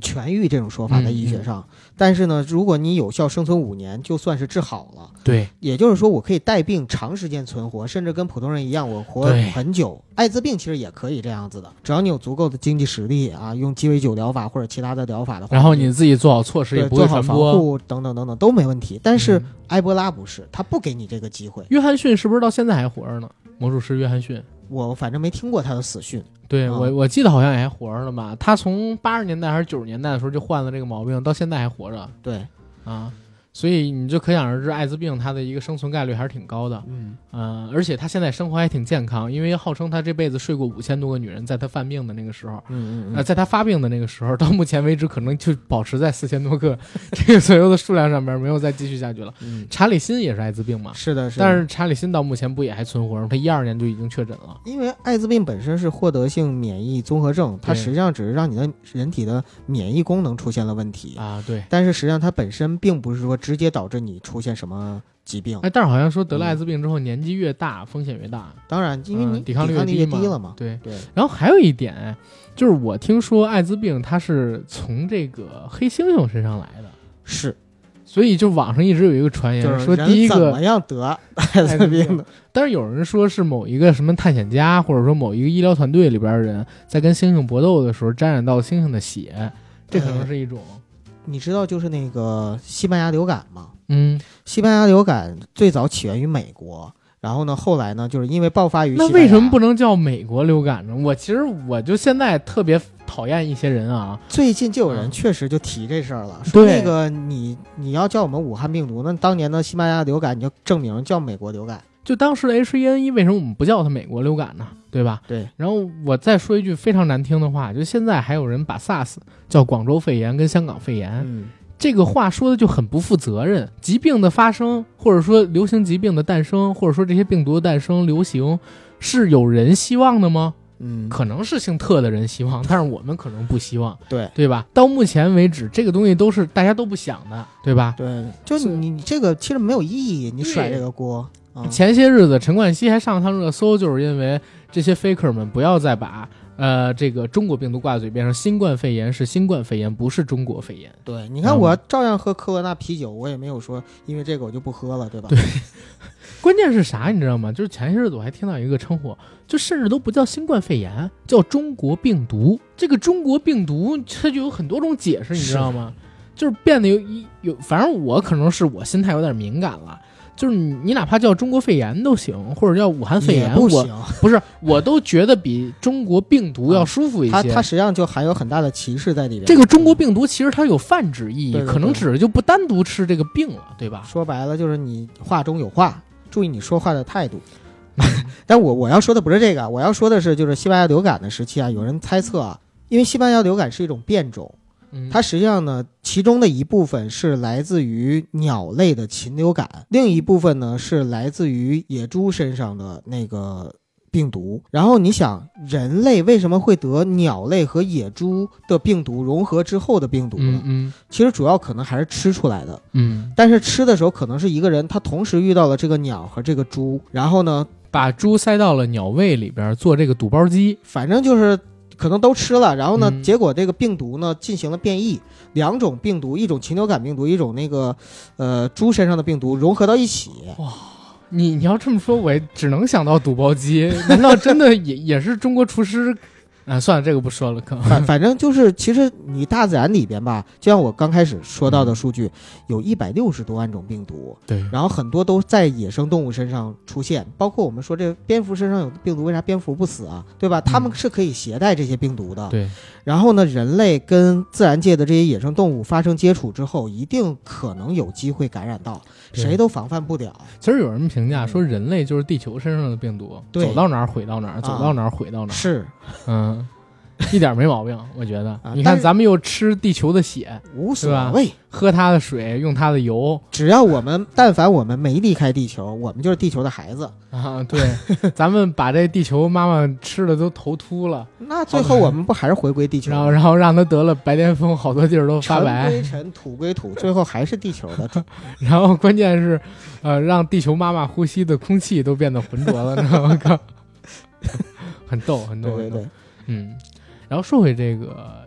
痊愈这种说法在医学上，嗯嗯、但是呢，如果你有效生存五年，就算是治好了。 对， 也就是说，我可以带病长时间存活，甚至跟普通人一样，我活很久。艾滋病其实也可以这样子的，只要你有足够的经济实力啊，用鸡尾酒疗法或者其他的疗法的话， 然后你自己做好措施，也不会传播， 做好防护等等等等都没问题。但是埃博拉不是，他不给你这个机会。 约翰逊是不是到现在还活着呢？魔术师约翰逊， 我反正没听过他的死讯。 对、 嗯、 我我记得好像也还活着呢吧？他从八十年代还是九十年代的时候就患了这个毛病，到现在还活着。 对， 啊。所以你就可想而知，艾滋病它的一个生存概率还是挺高的， 嗯， 呃，而且他现在生活还挺健康，因为号称他这辈子睡过五千多个女人，在他犯病的那个时候， 嗯嗯呃，在他发病的那个时候，到目前为止可能就保持在四千多个这个左右的数量上面，没有再继续下去了。 嗯， 查理辛也是艾滋病嘛， 是的，是的， 但是查理辛到目前不也还存活吗？他一二年就已经确诊了。 因为艾滋病本身是获得性免疫综合症，它实际上只是让你的人体的免疫功能出现了问题啊，对， 但是实际上它本身并不是说直接导致你出现什么疾病。 哎，但是好像说得了艾滋病之后，嗯、年纪越大风险越大。 当然，因为你、 嗯、抵抗力越低低了嘛。 对对。 然后还有一点，就是我听说艾滋病它是从这个黑猩猩身上来的。 是。 所以就网上一直有一个传言、 就是、 说第一个怎么样得艾滋病的， 但是有人说是某一个什么探险家或者说某一个医疗团队里边的人在跟猩猩搏斗的时候沾染到猩猩的血，这可能是一种。 呃你知道就是那个西班牙流感吗？ 嗯， 西班牙流感最早起源于美国，然后呢，后来呢，就是因为爆发于西班牙。 那为什么不能叫美国流感呢？我其实我就现在特别讨厌一些人啊， 最近就有人确实就提这事儿了， 嗯、 说那个你你要叫我们武汉病毒，那当年的西班牙流感你就证明叫美国流感。 就当时的 H 一 N 一为什么我们不叫它美国流感呢？对吧？ 对。 然后我再说一句非常难听的话，就现在还有人把 SARS 叫广州肺炎跟香港肺炎。 嗯。 这个话说的就很不负责任。疾病的发生，或者说流行疾病的诞生，或者说这些病毒的诞生、流行，是有人希望的吗？ 嗯， 可能是姓特的人希望，但是我们可能不希望。 对， 对吧？到目前为止，这个东西都是大家都不想的，对吧？ 对，就你你这个其实没有意义，你甩这个锅。嗯、 前些日子陈冠希还上了趟热搜，就是因为这些 faker 们不要再把呃，这个中国病毒挂在嘴边上，新冠肺炎是新冠肺炎，不是中国肺炎。 对，你看我照样喝科罗娜啤酒，我也没有说因为这个我就不喝了，对吧？ 对，关键是啥你知道吗？就是前些日子我还听到一个称呼，就甚至都不叫新冠肺炎，叫中国病毒。这个中国病毒它就有很多种解释，你知道吗？就是变得有有，反正我可能是我心态有点敏感了。就是你，你哪怕叫中国肺炎都行，或者叫武汉肺炎， 不行， 我不是，我都觉得比中国病毒要舒服一些。 它它实际上就含有很大的歧视在里边。 这个中国病毒其实它有泛指意义， 对对对， 可能指的就不单独吃这个病了，对吧？ 说白了就是你话中有话，注意你说话的态度。但我我要说的不是这个，我要说的是就是西班牙流感的时期啊，有人猜测啊，因为西班牙流感是一种变种。它实际上呢，其中的一部分是来自于鸟类的禽流感，另一部分呢是来自于野猪身上的那个病毒。然后你想，人类为什么会得鸟类和野猪的病毒融合之后的病毒呢？ 嗯嗯， 其实主要可能还是吃出来的。 嗯， 但是吃的时候可能是一个人他同时遇到了这个鸟和这个猪，然后呢把猪塞到了鸟胃里边做这个肚包鸡， 反正就是可能都吃了，然后呢、 嗯、 结果这个病毒呢进行了变异，两种病毒，一种禽流感病毒，一种那个呃猪身上的病毒融合到一起。 哇，你你要这么说，我只能想到肚包鸡，难道真的也也是中国厨师？啊，算了，这个不说了。可反反正就是，其实你大自然里边吧，就像我刚开始说到的数据，嗯、有一百六十多万种病毒， 对， 然后很多都在野生动物身上出现，包括我们说这个蝙蝠身上有病毒，为啥蝙蝠不死啊？对吧？它们是可以携带这些病毒的。 对、嗯。 然后呢，人类跟自然界的这些野生动物发生接触之后，一定可能有机会感染到，谁都防范不了。 其实有人评价说，人类就是地球身上的病毒， 对， 走到哪儿毁到哪儿，走到哪儿毁到哪儿。 是， 嗯。一点没毛病，我觉得。 啊、 你看，咱们又吃地球的血， 无所谓， 喝它的水，用它的油， 只要我们但凡我们没离开地球，我们就是地球的孩子啊！对，咱们把这地球妈妈吃的都头秃了， 那最后我们不还是回归地球？ 然后，然后让他得了白癜风，好多地儿都发白。 尘归尘，土归土，最后还是地球的。 然后关键是，呃，让地球妈妈呼吸的空气都变得浑浊了，呢我靠，很逗，很逗， 对对对， 嗯。然后说回这个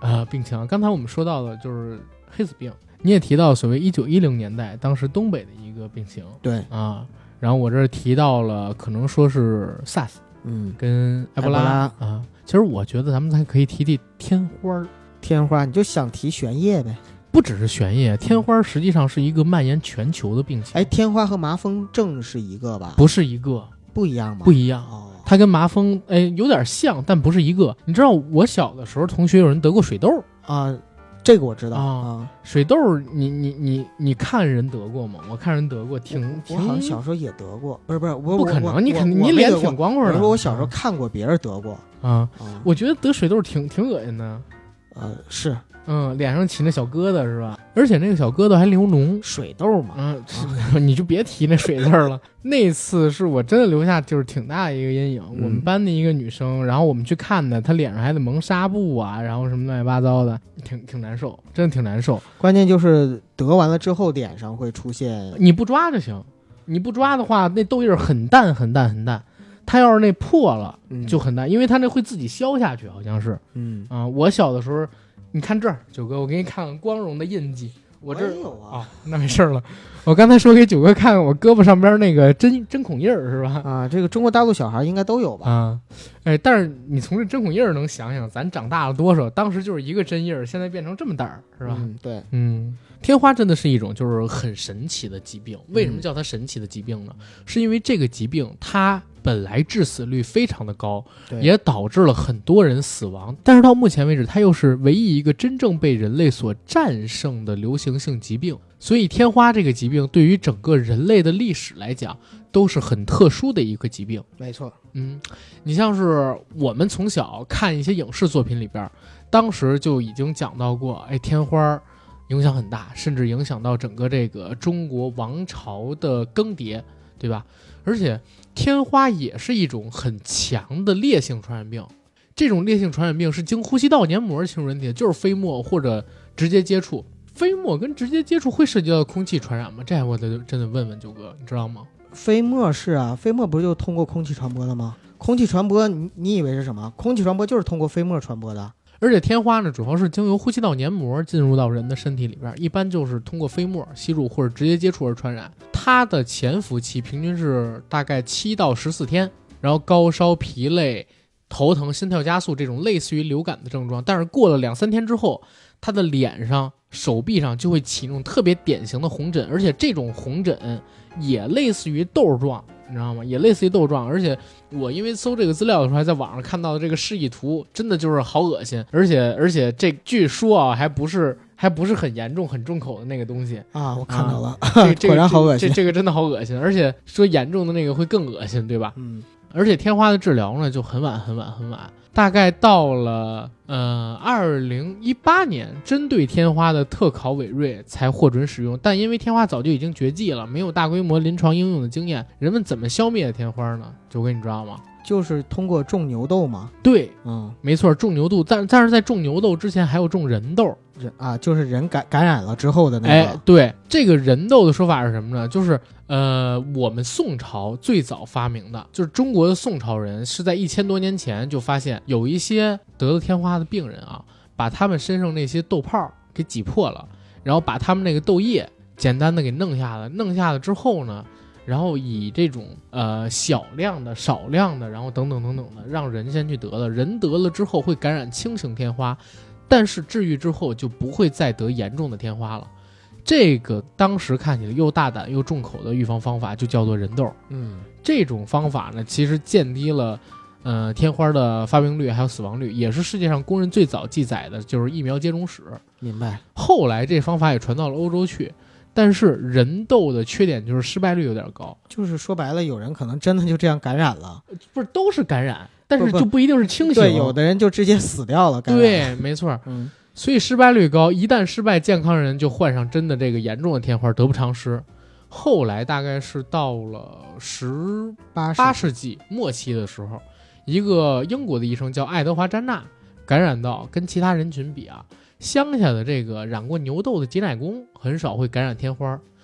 呃病情。刚才我们说到的就是黑死病，你也提到所谓一九一零年代当时东北的一个病情， 对啊，然后我这儿提到了可能说是 SARS， 嗯， 跟埃博拉啊。其实我觉得咱们还可以提提天花。 天花，你就想提玄叶呗？ 不只是玄叶，天花实际上是一个蔓延全球的病情。 哎，天花和麻风症是一个吧？ 不是一个， 不一样吗？ 不一样。 哦， 它跟麻风哎有点像，但不是一个。你知道我小的时候，同学有人得过水痘啊，这个我知道啊。 啊水痘，你你你你看人得过吗？我看人得过，挺挺。 我好像小时候也得过，不是不是，我不可能，你肯定你脸挺光棍的。 我说我小时候看过别人得过啊， 啊我觉得得水痘挺挺恶心的。 呃，是。 嗯，脸上起那小疙瘩是吧？而且那个小疙瘩还流脓， 水痘嘛。 嗯，啊、你就别提那水字了。那次是我真的留下就是挺大的一个阴影。嗯、我们班的一个女生，然后我们去看的，她脸上还得蒙纱布啊，然后什么乱七八糟的，挺挺难受，真的挺难受。 关键就是得完了之后脸上会出现， 你不抓就行，你不抓的话，那痘印很淡很淡很淡。它要是那破了就很淡，嗯、因为它那会自己消下去，好像是。嗯啊，我小的时候。你看这儿，九哥，我给你看看光荣的印记。我这儿有啊、 哦，那没事了。我刚才说给九哥看看我胳膊上边那个针针孔印儿是吧？ 啊，这个中国大陆小孩应该都有吧？ 啊，哎，但是你从这针孔印儿能想想，咱长大了多少？当时就是一个针印儿，现在变成这么大儿，是吧？ 嗯，对， 嗯。天花真的是一种就是很神奇的疾病，为什么叫它神奇的疾病呢？嗯、是因为这个疾病它本来致死率非常的高，也导致了很多人死亡，但是到目前为止它又是唯一一个真正被人类所战胜的流行性疾病，所以天花这个疾病对于整个人类的历史来讲都是很特殊的一个疾病。 没错。 嗯，你像是我们从小看一些影视作品里边，当时就已经讲到过，哎，天花影响很大，甚至影响到整个这个中国王朝的更迭，对吧？而且天花也是一种很强的烈性传染病，这种烈性传染病是经呼吸道黏膜侵入人体的，就是飞沫或者直接接触。飞沫跟直接接触会涉及到空气传染吗？这我得真的问问九哥，你知道吗？ 飞沫是啊，飞沫不是就通过空气传播的吗？空气传播，你你以为是什么？空气传播就是通过飞沫传播的。 而且天花呢，主要是经由呼吸道黏膜进入到人的身体里边，一般就是通过飞沫吸入或者直接接触而传染。它的潜伏期平均是大概七到十四天，然后高烧、疲累、头疼、心跳加速这种类似于流感的症状，但是过了两三天之后，他的脸上、手臂上就会起那种特别典型的红疹，而且这种红疹也类似于痘状。你知道吗？也类似于痘状，而且我因为搜这个资料的时候，还在网上看到的这个示意图，真的就是好恶心，而且而且这据说啊，还不是还不是很严重、很重口的那个东西啊，我看到了， 啊、这这果然好恶心， 这这个真的好恶心，而且说严重的那个会更恶心，对吧？ 嗯， 而且天花的治疗呢，就很晚很晚很晚。大概到了呃二零一八年，针对天花的特考韦瑞才获准使用，但因为天花早就已经绝迹了，没有大规模临床应用的经验，人们怎么消灭天花呢？九哥你知道吗？ 就是通过种牛痘嘛。 对， 嗯， 没错，种牛痘，但但是在种牛痘之前还有种人痘。 人啊，就是人感感染了之后的那个。 哎，对，这个人痘的说法是什么呢？就是呃，我们宋朝最早发明的，就是中国的宋朝人是在一千多年前就发现有一些得了天花的病人啊，把他们身上那些痘泡给挤破了，然后把他们那个痘液简单的给弄下来，弄下来之后呢，然后以这种呃小量的、少量的，然后等等等等的，让人先去得了，人得了之后会感染轻型天花。但是治愈之后就不会再得严重的天花了，这个当时看起来又大胆又重口的预防方法就叫做人痘。 嗯， 这种方法呢，其实降低了呃天花的发病率还有死亡率，也是世界上公认最早记载的就是疫苗接种史。 明白。 后来这方法也传到了欧洲去，但是人痘的缺点就是失败率有点高， 就是说白了，有人可能真的就这样感染了， 不是都是感染。但是就不一定是轻型， 对，有的人就直接死掉了。 对，没错， 嗯， 所以失败率高，一旦失败，健康人就患上真的这个严重的天花，得不偿失。后来大概是到了十八世纪末期的时候，一个英国的医生叫爱德华·詹纳，感染到跟其他人群比啊，乡下的这个染过牛痘的挤奶工很少会感染天花。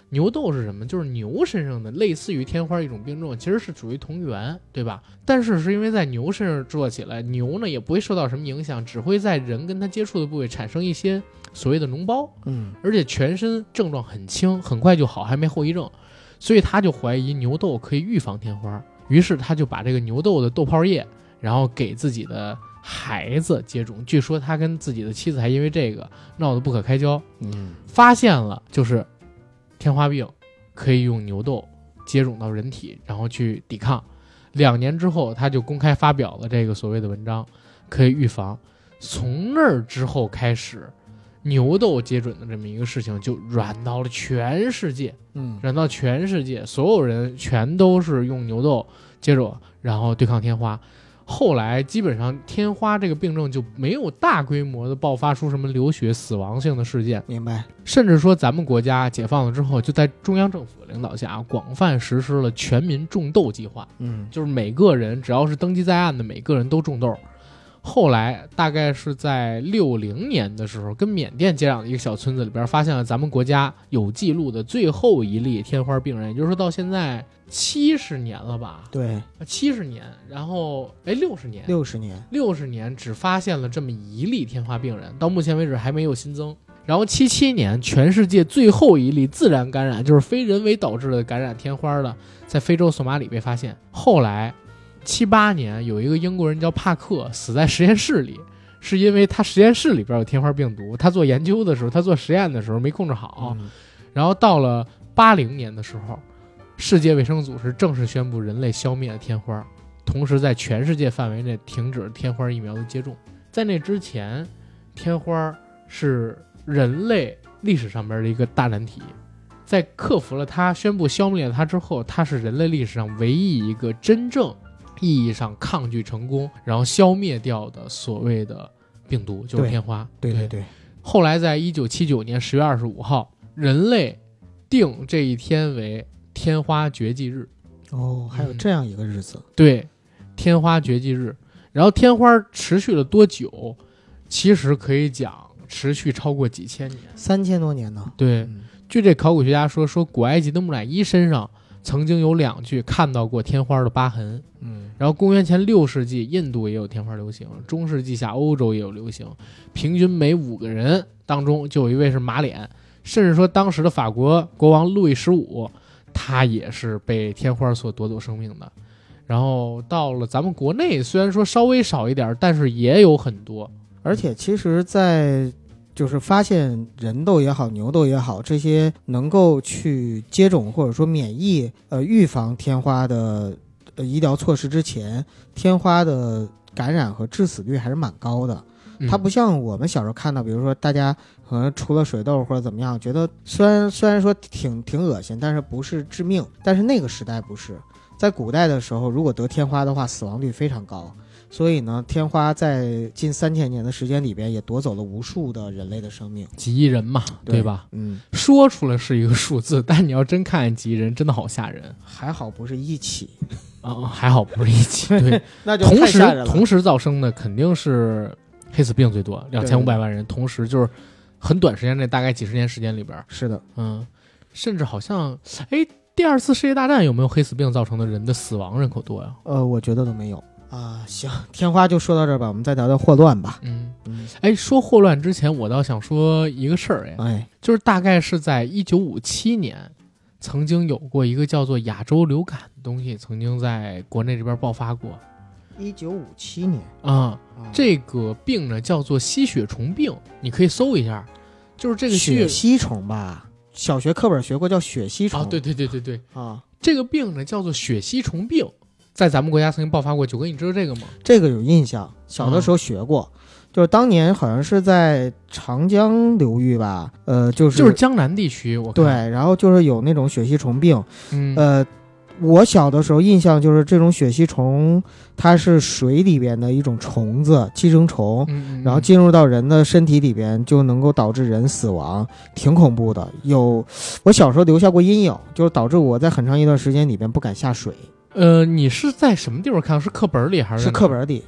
牛痘是什么？就是牛身上的类似于天花一种病症，其实是属于同源，对吧？但是是因为在牛身上做起来，牛呢也不会受到什么影响，只会在人跟它接触的部位产生一些所谓的脓包， 嗯， 而且全身症状很轻，很快就好，还没后遗症，所以他就怀疑牛痘可以预防天花，于是他就把这个牛痘的痘泡液，然后给自己的孩子接种。据说他跟自己的妻子还因为这个闹得不可开交。 嗯， 发现了就是天花病可以用牛痘接种到人体，然后去抵抗。两年之后，他就公开发表了这个所谓的文章，可以预防。从那儿之后开始，牛痘接种的这么一个事情就软到了全世界， 嗯， 软到全世界，所有人全都是用牛痘接种，然后对抗天花。后来基本上天花这个病症就没有大规模的爆发出什么流血死亡性的事件， 明白。 甚至说咱们国家解放了之后，就在中央政府领导下广泛实施了全民种痘计划， 嗯， 就是每个人只要是登记在案的每个人都种痘。后来大概是在六零年的时候，跟缅甸接壤的一个小村子里边，发现了咱们国家有记录的最后一例天花病人，也就是说到现在七十年了吧？ 对， 七十年，然后哎六十年， 六十年， 六十年只发现了这么一例天花病人，到目前为止还没有新增。然后七七年，全世界最后一例自然感染，就是非人为导致的感染天花的，在非洲索马里被发现。后来七八年，有一个英国人叫帕克死在实验室里，是因为他实验室里边有天花病毒，他做研究的时候，他做实验的时候没控制好。 嗯、 然后到了八零年的时候，世界卫生组织正式宣布人类消灭了天花，同时在全世界范围内停止了天花疫苗的接种。在那之前，天花是人类历史上边的一个大难题，在克服了它，宣布消灭了它之后，它是人类历史上唯一一个真正意义上抗拒成功，然后消灭掉的所谓的病毒，就是天花。 对对 对, 对。 后来在一九七九年十月二十五号，人类定这一天为天花绝迹日。 哦，还有这样一个日子。 嗯、对，天花绝迹日。然后天花持续了多久？其实可以讲持续超过几千年， 三千多年呢。 对， 嗯、 据这考古学家说，说古埃及的木乃伊身上曾经有两具看到过天花的疤痕。 嗯， 然后公元前六世纪，印度也有天花流行，中世纪下欧洲也有流行，平均每五个人当中就有一位是马脸，甚至说当时的法国国王路易十五，他也是被天花所夺走生命的。然后到了咱们国内，虽然说稍微少一点，但是也有很多。 而且其实在就是发现人痘也好，牛痘也好，这些能够去接种或者说免疫呃预防天花的呃医疗措施之前，天花的感染和致死率还是蛮高的。它不像我们小时候看到，比如说大家可能除了水痘或者怎么样，觉得虽然虽然说挺挺恶心，但是不是致命。但是那个时代不是，在古代的时候，如果得天花的话，死亡率非常高。所以呢，天花在近三千年的时间里边，也夺走了无数的人类的生命， 几亿人嘛， 对, 对吧？ 嗯， 说出来是一个数字，但你要真看见几亿人，真的好吓人。 还好不是一起啊、哦，还好不是一起。对， 那就太吓人了。 同时同时造生的肯定是黑死病最多，两千五百万人，同时就是很短时间内，大概几十年时间里边。 是的， 嗯，甚至好像，哎，第二次世界大战有没有黑死病造成的人的死亡人口多呀？ 呃，我觉得都没有。啊，行，天花就说到这儿吧，我们再聊聊霍乱吧。 嗯嗯，哎，说霍乱之前，我倒想说一个事儿，哎， 哎， 就是大概是在一九五七年，曾经有过一个叫做亚洲流感的东西，曾经在国内这边爆发过。 一九五七年啊、 嗯， 这个病呢叫做吸血虫病，你可以搜一下，就是这个血吸虫吧，小学课本学过，叫血吸虫。 啊，对对对对对啊， 这个病呢叫做血吸虫病。在咱们国家曾经爆发过。九哥，你知道这个吗？ 这个有印象，小的时候学过，嗯、就是当年好像是在长江流域吧，呃，就是就是江南地区，我看对，然后就是有那种血吸虫病， 嗯， 呃，我小的时候印象就是这种血吸虫，它是水里边的一种虫子，寄生虫， 嗯嗯、 然后进入到人的身体里边，就能够导致人死亡，挺恐怖的。有我小时候留下过阴影，就是导致我在很长一段时间里边不敢下水。 呃，你是在什么地方看？是课本里还是？ 是课本里。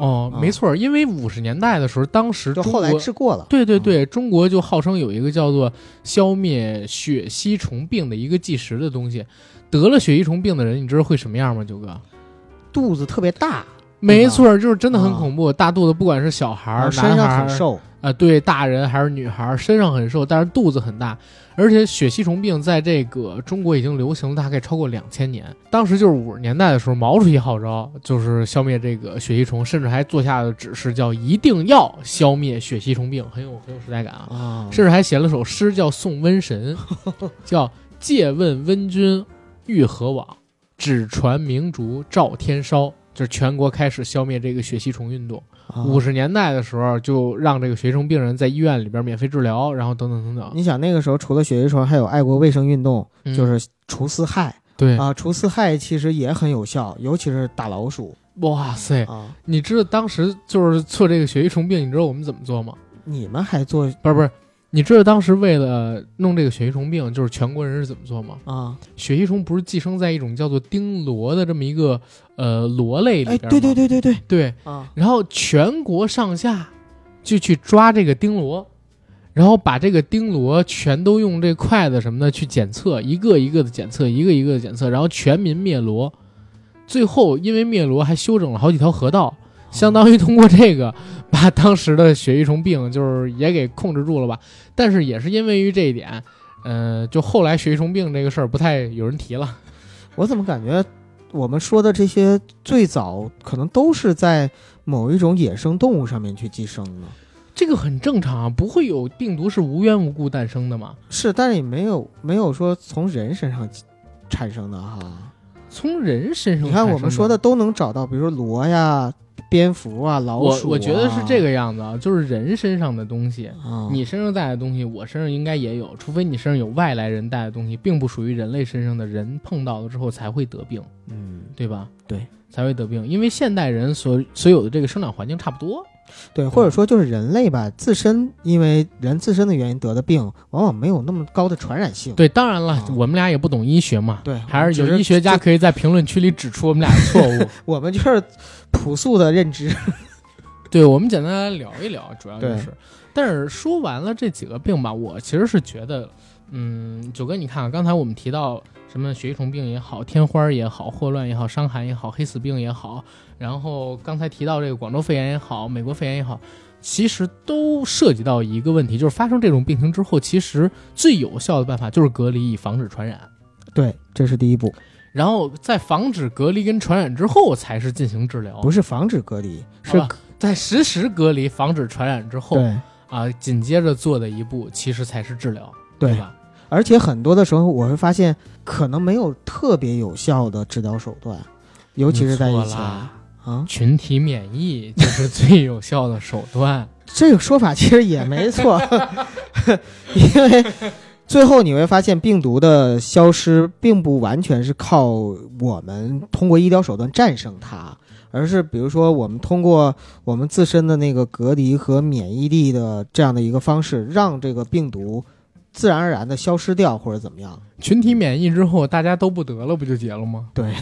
哦， 嗯、 没错，因为五十年代的时候，当时就后来治过了。 对对对、嗯，中国就号称有一个叫做消灭血吸虫病的一个计时的东西。得了血吸虫病的人，你知道会什么样吗？九哥， 肚子特别大。 没错，就是真的很恐怖。嗯、大肚子，不管是小孩、男孩、 身上很瘦啊、呃，对，大人还是女孩，身上很瘦，但是肚子很大。而且血吸虫病在这个中国已经流行了大概超过两千年。当时就是五十年代的时候，毛主席号召就是消灭这个血吸虫，甚至还做下了指示，叫一定要消灭血吸虫病，很有很有时代感啊。 啊甚至还写了首诗叫《送瘟神》，叫借问瘟君欲何往，只传明烛照天烧。就是全国开始消灭这个血吸虫运动。五十、啊、年代的时候，就让这个血吸虫病人在医院里边免费治疗，然后等等等等。 你想那个时候，除了血吸虫，还有爱国卫生运动， 嗯、 就是除四害。 对啊，除四害其实也很有效，尤其是打老鼠。 哇塞！ 啊， 你知道当时就是做这个血吸虫病，你知道我们怎么做吗？ 你们还做？ 不是不是。你知道当时为了弄这个血吸虫病，就是全国人是怎么做吗？ 啊， 血吸虫不是寄生在一种叫做丁螺的这么一个呃螺类里边吗？ 哎，对对对对对对啊！ 然后全国上下就去抓这个丁螺，然后把这个丁螺全都用这筷子什么的去检测，一个一个的检测，一个一个的检测，然后全民灭螺。最后因为灭螺还修整了好几条河道。相当于通过这个把当时的血吸虫病就是也给控制住了吧，但是也是因为于这一点，呃，就后来血吸虫病这个事儿不太有人提了。 我怎么感觉我们说的这些最早可能都是在某一种野生动物上面去寄生呢？ 这个很正常啊，不会有病毒是无缘无故诞生的嘛？ 是，但是也没有没有说从人身上产生的哈。 从人身上产生的， 你看我们说的都能找到，比如说螺呀。蝙蝠啊，老鼠啊， 我我觉得是这个样子啊，就是人身上的东西， 嗯、 你身上带的东西，我身上应该也有，除非你身上有外来人带的东西，并不属于人类身上的，人碰到了之后才会得病， 嗯， 对吧？ 对， 才会得病，因为现代人所所有的这个生长环境差不多。 对，或者说就是人类吧，自身因为人自身的原因得的病，往往没有那么高的传染性。 对，当然了， 嗯、 我们俩也不懂医学嘛， 对， 还是有医学家可以在评论区里指出我们俩的错误。 我们就是朴素的认知。 对，我们简单来聊一聊，主要就是。但是说完了这几个病吧，我其实是觉得，嗯，九哥，你看啊，刚才我们提到什么血吸虫病也好，天花也好，霍乱也好，伤寒也好，黑死病也好，然后刚才提到这个广州肺炎也好，美国肺炎也好，其实都涉及到一个问题，就是发生这种病情之后，其实最有效的办法就是隔离，以防止传染。 对，这是第一步。 然后在防止隔离跟传染之后，才是进行治疗。 不是防止隔离，是在实时隔离、防止传染之后， 对啊，紧接着做的一步其实才是治疗， 对, 对吧？ 而且很多的时候，我会发现可能没有特别有效的治疗手段，尤其是在以前啊， 群体免疫就是最有效的手段。 这个说法其实也没错，因为最后你会发现，病毒的消失并不完全是靠我们通过医疗手段战胜它。而是比如说我们通过我们自身的那个隔离和免疫力的这样的一个方式，让这个病毒自然而然的消失掉，或者怎么样。 群体免疫之后大家都不得了，不就结了吗？ 对。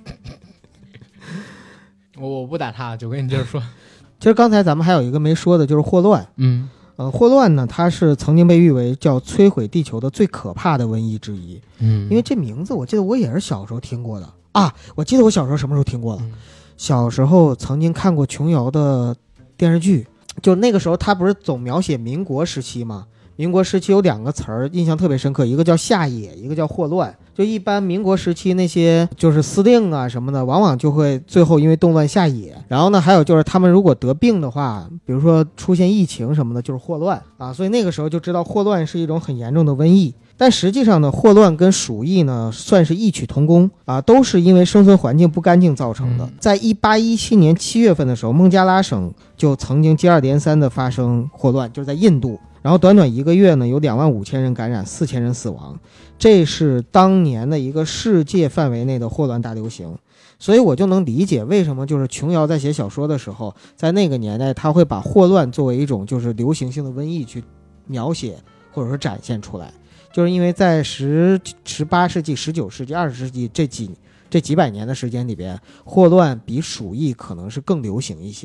我我不打他，就跟你接着说。 其实刚才咱们还有一个没说的，就是霍乱。 嗯呃，霍乱呢，它是曾经被誉为叫摧毁地球的最可怕的瘟疫之一。 嗯， 因为这名字我记得我也是小时候听过的啊，我记得我小时候什么时候听过了？ 嗯小时候曾经看过琼瑶的电视剧，就那个时候他不是总描写民国时期吗？民国时期有两个词儿印象特别深刻，一个叫下野，一个叫霍乱。就一般民国时期那些就是司令啊什么的，往往就会最后因为动乱下野。然后呢，还有就是他们如果得病的话，比如说出现疫情什么的，就是霍乱啊。所以那个时候就知道霍乱是一种很严重的瘟疫。但实际上呢，霍乱跟鼠疫呢算是异曲同工啊，都是因为生存环境不干净造成的。 嗯、 在一八一七年七月份的时候，孟加拉省就曾经接二连三的发生霍乱，就是在印度。然后短短一个月呢，有两万五千人感染，四千人死亡，这是当年的一个世界范围内的霍乱大流行。所以我就能理解为什么就是琼瑶在写小说的时候，在那个年代他会把霍乱作为一种就是流行性的瘟疫去描写或者说展现出来。就是因为在十十八世纪、十九世纪、二十世纪这几这几百年的时间里边，霍乱比鼠疫可能是更流行一些。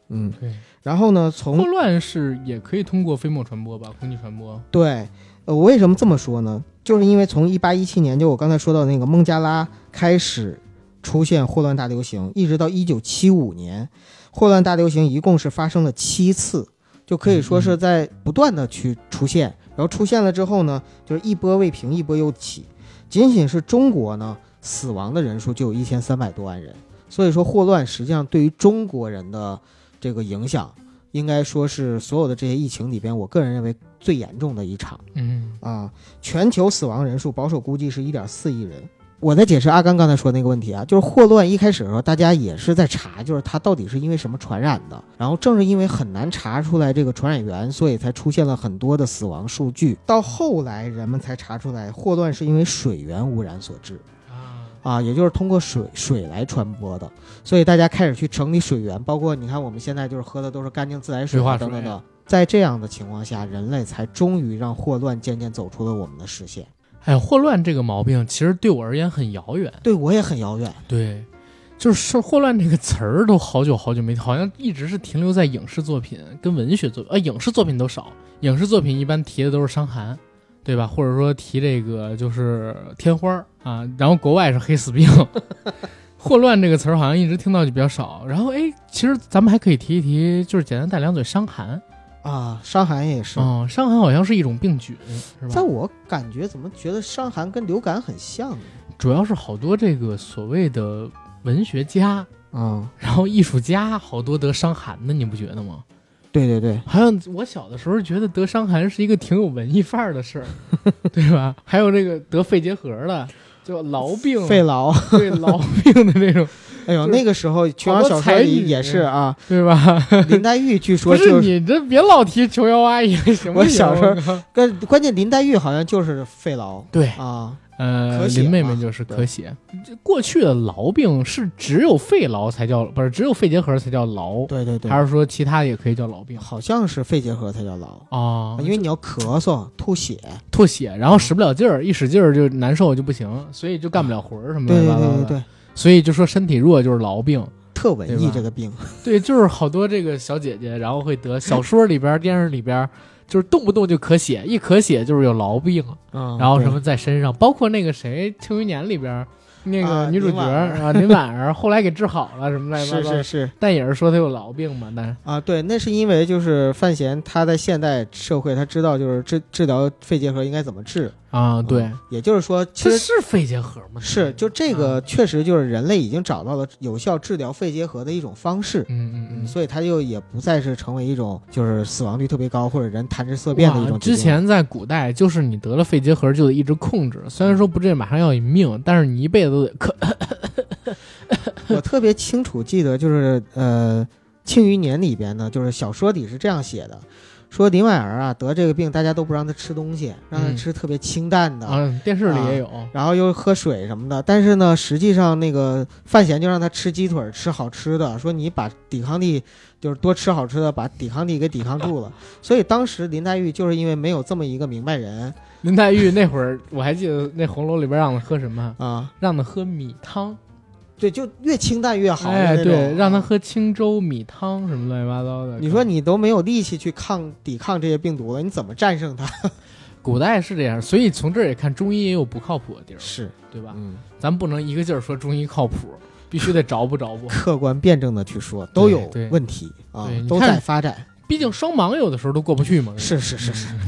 嗯， 对。 然后呢，从霍乱是也可以通过飞沫传播吧，空气传播。 对，呃，我为什么这么说呢？就是因为从一八一七年，就我刚才说到那个孟加拉开始出现霍乱大流行，一直到一九七五年，霍乱大流行一共是发生了七次，就可以说是在不断的去出现，然后出现了之后呢，就是一波未平，一波又起。仅仅是中国呢，死亡的人数就有一千三百多万人。所以说霍乱实际上对于中国人的这个影响，应该说是所有的这些疫情里边，我个人认为最严重的一场。 嗯啊，全球死亡人数保守估计是一点四亿人。我在解释阿甘刚才说那个问题啊，就是霍乱一开始的时候，大家也是在查，就是它到底是因为什么传染的。然后正是因为很难查出来这个传染源，所以才出现了很多的死亡数据。到后来人们才查出来，霍乱是因为水源污染所致。啊，也就是通过水水来传播的，所以大家开始去整理水源，包括你看我们现在就是喝的都是干净自来水等等的。在这样的情况下，人类才终于让霍乱渐渐走出了我们的视线。 哎，霍乱这个毛病其实对我而言很遥远， 对我也很遥远。 对，就是霍乱这个词儿都好久好久没，好像一直是停留在影视作品跟文学作品，呃，影视作品都少，影视作品一般提的都是伤寒。对吧？或者说提这个就是天花啊，然后国外是黑死病，霍乱这个词儿好像一直听到就比较少。然后哎，其实咱们还可以提一提，就是简单带两嘴伤寒啊，伤寒也是。 嗯，伤寒好像是一种病菌，是吧？ 在我感觉，怎么觉得伤寒跟流感很像呢？ 主要是好多这个所谓的文学家啊、 嗯， 然后艺术家，好多得伤寒的，你不觉得吗？ 对对对， 好像我小的时候觉得得伤寒是一个挺有文艺范儿的事儿，对吧？还有这个得肺结核的，就痨病、 肺痨， 对痨病的那种。 哎呦，那个时候琼瑶小说里也是啊， 对吧？ 林黛玉据说、 就是、不是你这别老提琼瑶阿姨行不行？ 我小时候跟关键林黛玉好像就是肺痨， 对啊。 呃，林妹妹就是咳血。过去的痨病是只有肺痨才叫，不是只有肺结核才叫痨？ 对对对， 还是说其他也可以叫痨病？ 好像是肺结核才叫痨啊， 因为你要咳嗽、吐血、 吐血，然后使不了劲儿，一使劲儿就难受就不行，所以就干不了活儿什么的。 对对对对对， 所以就说身体弱就是痨病， 特文艺这个病。 对，就是好多这个小姐姐，然后会得小说里边、电视里边。就是动不动就咳血，一咳血就是有痨病， 嗯， 然后什么在身上，包括那个谁《庆余年》里边那个女主角啊林婉儿，后来给治好了什么来着？ 是是是， 但也是说她有痨病嘛，但是啊，对，那是因为就是范闲他在现代社会他知道就是治治疗肺结核应该怎么治啊，对， 嗯、也就是说，其实是肺结核吗？ 是，就这个确实就是人类已经找到了有效治疗肺结核的一种方式， 嗯嗯嗯， 所以它就也不再是成为一种就是死亡率特别高或者人谈之色变的一种。 之前在古代就是你得了肺结核就得一直控制，虽然说不至于马上要你命，但是你一辈子都得咳。 我特别清楚记得就是呃《庆余年》里边呢，就是小说里是这样写的。说林婉儿啊得这个病，大家都不让她吃东西，让她吃特别清淡的。 嗯，啊、电视里也有、 啊，然后又喝水什么的。但是呢，实际上那个范闲就让她吃鸡腿，吃好吃的，说你把抵抗力就是多吃好吃的，把抵抗力给抵抗住了。所以当时林黛玉就是因为没有这么一个明白人。 林黛玉那会儿我还记得那红楼里边让她喝什么啊？ 让她喝米汤。 对，就越清淡越好。 哎，对，让他喝清粥、米汤什么乱七八糟的。 你说你都没有力气去抗抵抗这些病毒了，你怎么战胜它？ 古代是这样，所以从这儿也看中医也有不靠谱的地儿， 是对吧？ 嗯， 咱不能一个劲儿说中医靠谱，必须得着不着不。 客观辩证的去说，都有问题啊，都在发展。 毕竟双盲有的时候都过不去嘛。 是是是是。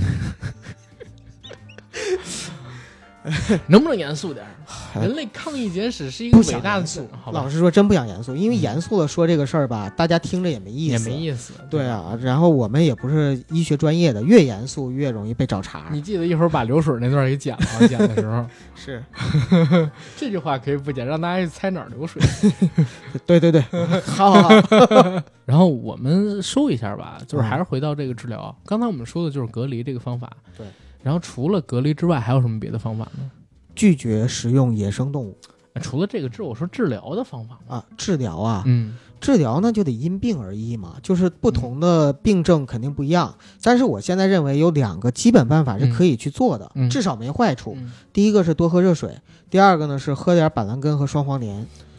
能不能严肃点？人类抗疫简史是一个伟大的事， 老实说真不想严肃，因为严肃的说这个事儿吧，大家听着也没意思，也没意思。 对啊，然后我们也不是医学专业的，越严肃越容易被找茬。 你记得一会儿把流水那段给剪了，剪的时候是这句话可以不剪，让大家去猜哪儿流水。 对对对，好好好。 然后我们说一下吧，就是还是回到这个治疗。嗯、刚才我们说的就是隔离这个方法， 对。 然后除了隔离之外，还有什么别的方法呢？ 拒绝食用野生动物。 除了这个治，我说治疗的方法啊，治疗啊， 嗯， 治疗呢就得因病而异嘛，就是不同的病症肯定不一样。嗯、但是我现在认为有两个基本办法是可以去做的， 嗯、 至少没坏处。 嗯、 第一个是多喝热水，第二个呢是喝点板蓝根和双黄连。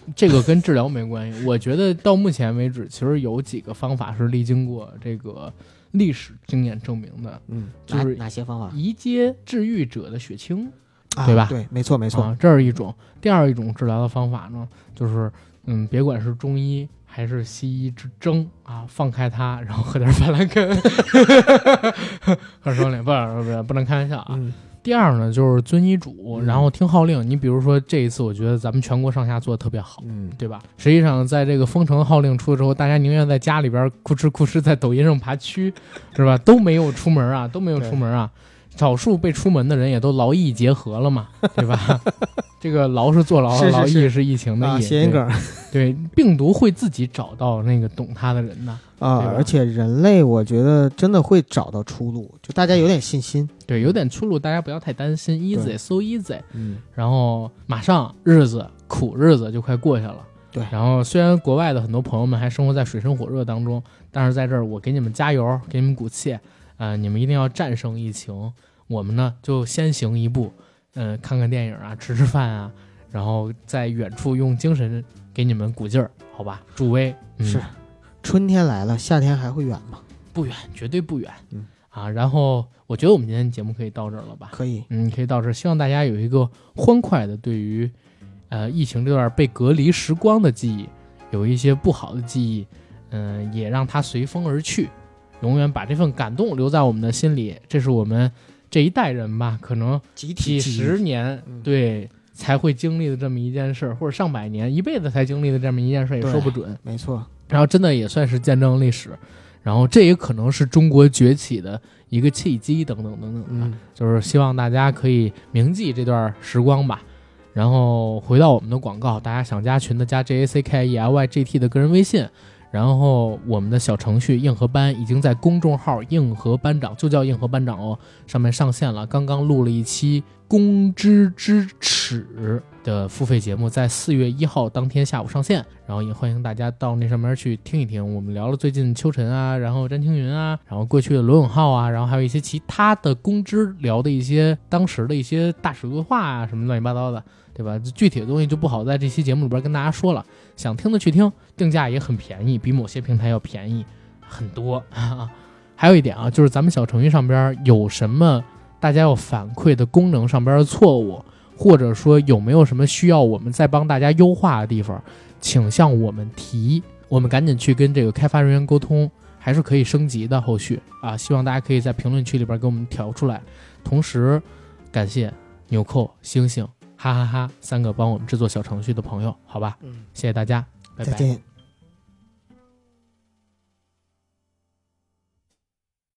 这个跟治疗没关系。我觉得到目前为止，其实有几个方法是历经过这个历史经验证明的。 嗯， 就是哪些方法？ 移阶治愈者的血清， 啊、 对吧？ 对，没错没错、 啊，这是一种。第二一种治疗的方法呢，就是嗯，别管是中医还是西医之争啊，放开它，然后喝点板蓝根，喝双脸，不不不能开玩笑啊。 嗯第二呢，就是遵医嘱，然后听号令。你比如说这一次，我觉得咱们全国上下做的特别好， 嗯， 对吧？实际上，在这个封城号令出了之后，大家宁愿在家里边哭哧哭哧在抖音上爬蛆，是吧？都没有出门啊，都没有出门啊。少数被出门的人也都劳逸结合了嘛，对吧？这个劳是坐牢的劳，逸是疫情的疫， 谐音梗。 对，病毒会自己找到那个懂它的人的啊，而且人类我觉得真的会找到出路，就大家有点信心。 对，有点出路，大家不要太担心 ，easy so easy。 嗯， 然后马上日子苦日子就快过去了。 对， 然后虽然国外的很多朋友们还生活在水深火热当中，但是在这儿我给你们加油，给你们鼓气。呃，你们一定要战胜疫情。我们呢就先行一步，呃，看看电影啊，吃吃饭啊，然后在远处用精神给你们鼓劲儿，好吧？助威、嗯、 是，春天来了，夏天还会远吗？ 不远，绝对不远。 嗯啊，然后我觉得我们今天节目可以到这儿了吧？ 可以， 嗯，可以到这儿。希望大家有一个欢快的对于呃疫情这段被隔离时光的记忆，有一些不好的记忆，嗯、呃，也让它随风而去。永远把这份感动留在我们的心里，这是我们这一代人吧，可能几十年对才会经历的这么一件事，或者上百年、一辈子才经历的这么一件事，也说不准。 没错。 然后真的也算是见证历史，然后这也可能是中国崛起的一个契机，等等等等的。 嗯， 就是希望大家可以铭记这段时光吧。然后回到我们的广告，大家想加群的加 J A C K E L Y G T 的个人微信。然后我们的小程序硬核班已经在公众号硬核班长，就叫硬核班长哦，上面上线了。刚刚录了一期公知之耻的付费节目，在四月一号当天下午上线，然后也欢迎大家到那上面去听一听。我们聊了最近秋晨啊，然后詹青云啊，然后过去的罗永浩啊，然后还有一些其他的公知聊的一些当时的一些大史对话啊，什么乱七八糟的，对吧？具体的东西就不好在这期节目里边跟大家说了，想听的去听，定价也很便宜，比某些平台要便宜很多。还有一点啊，就是咱们小程序上边有什么大家要反馈的功能上边的错误，或者说有没有什么需要我们再帮大家优化的地方，请向我们提，我们赶紧去跟这个开发人员沟通，还是可以升级的后续啊。希望大家可以在评论区里边给我们调出来。同时感谢纽扣、星星、哈哈哈三个帮我们制作小程序的朋友，好吧？ 嗯， 谢谢大家，拜拜。 再见。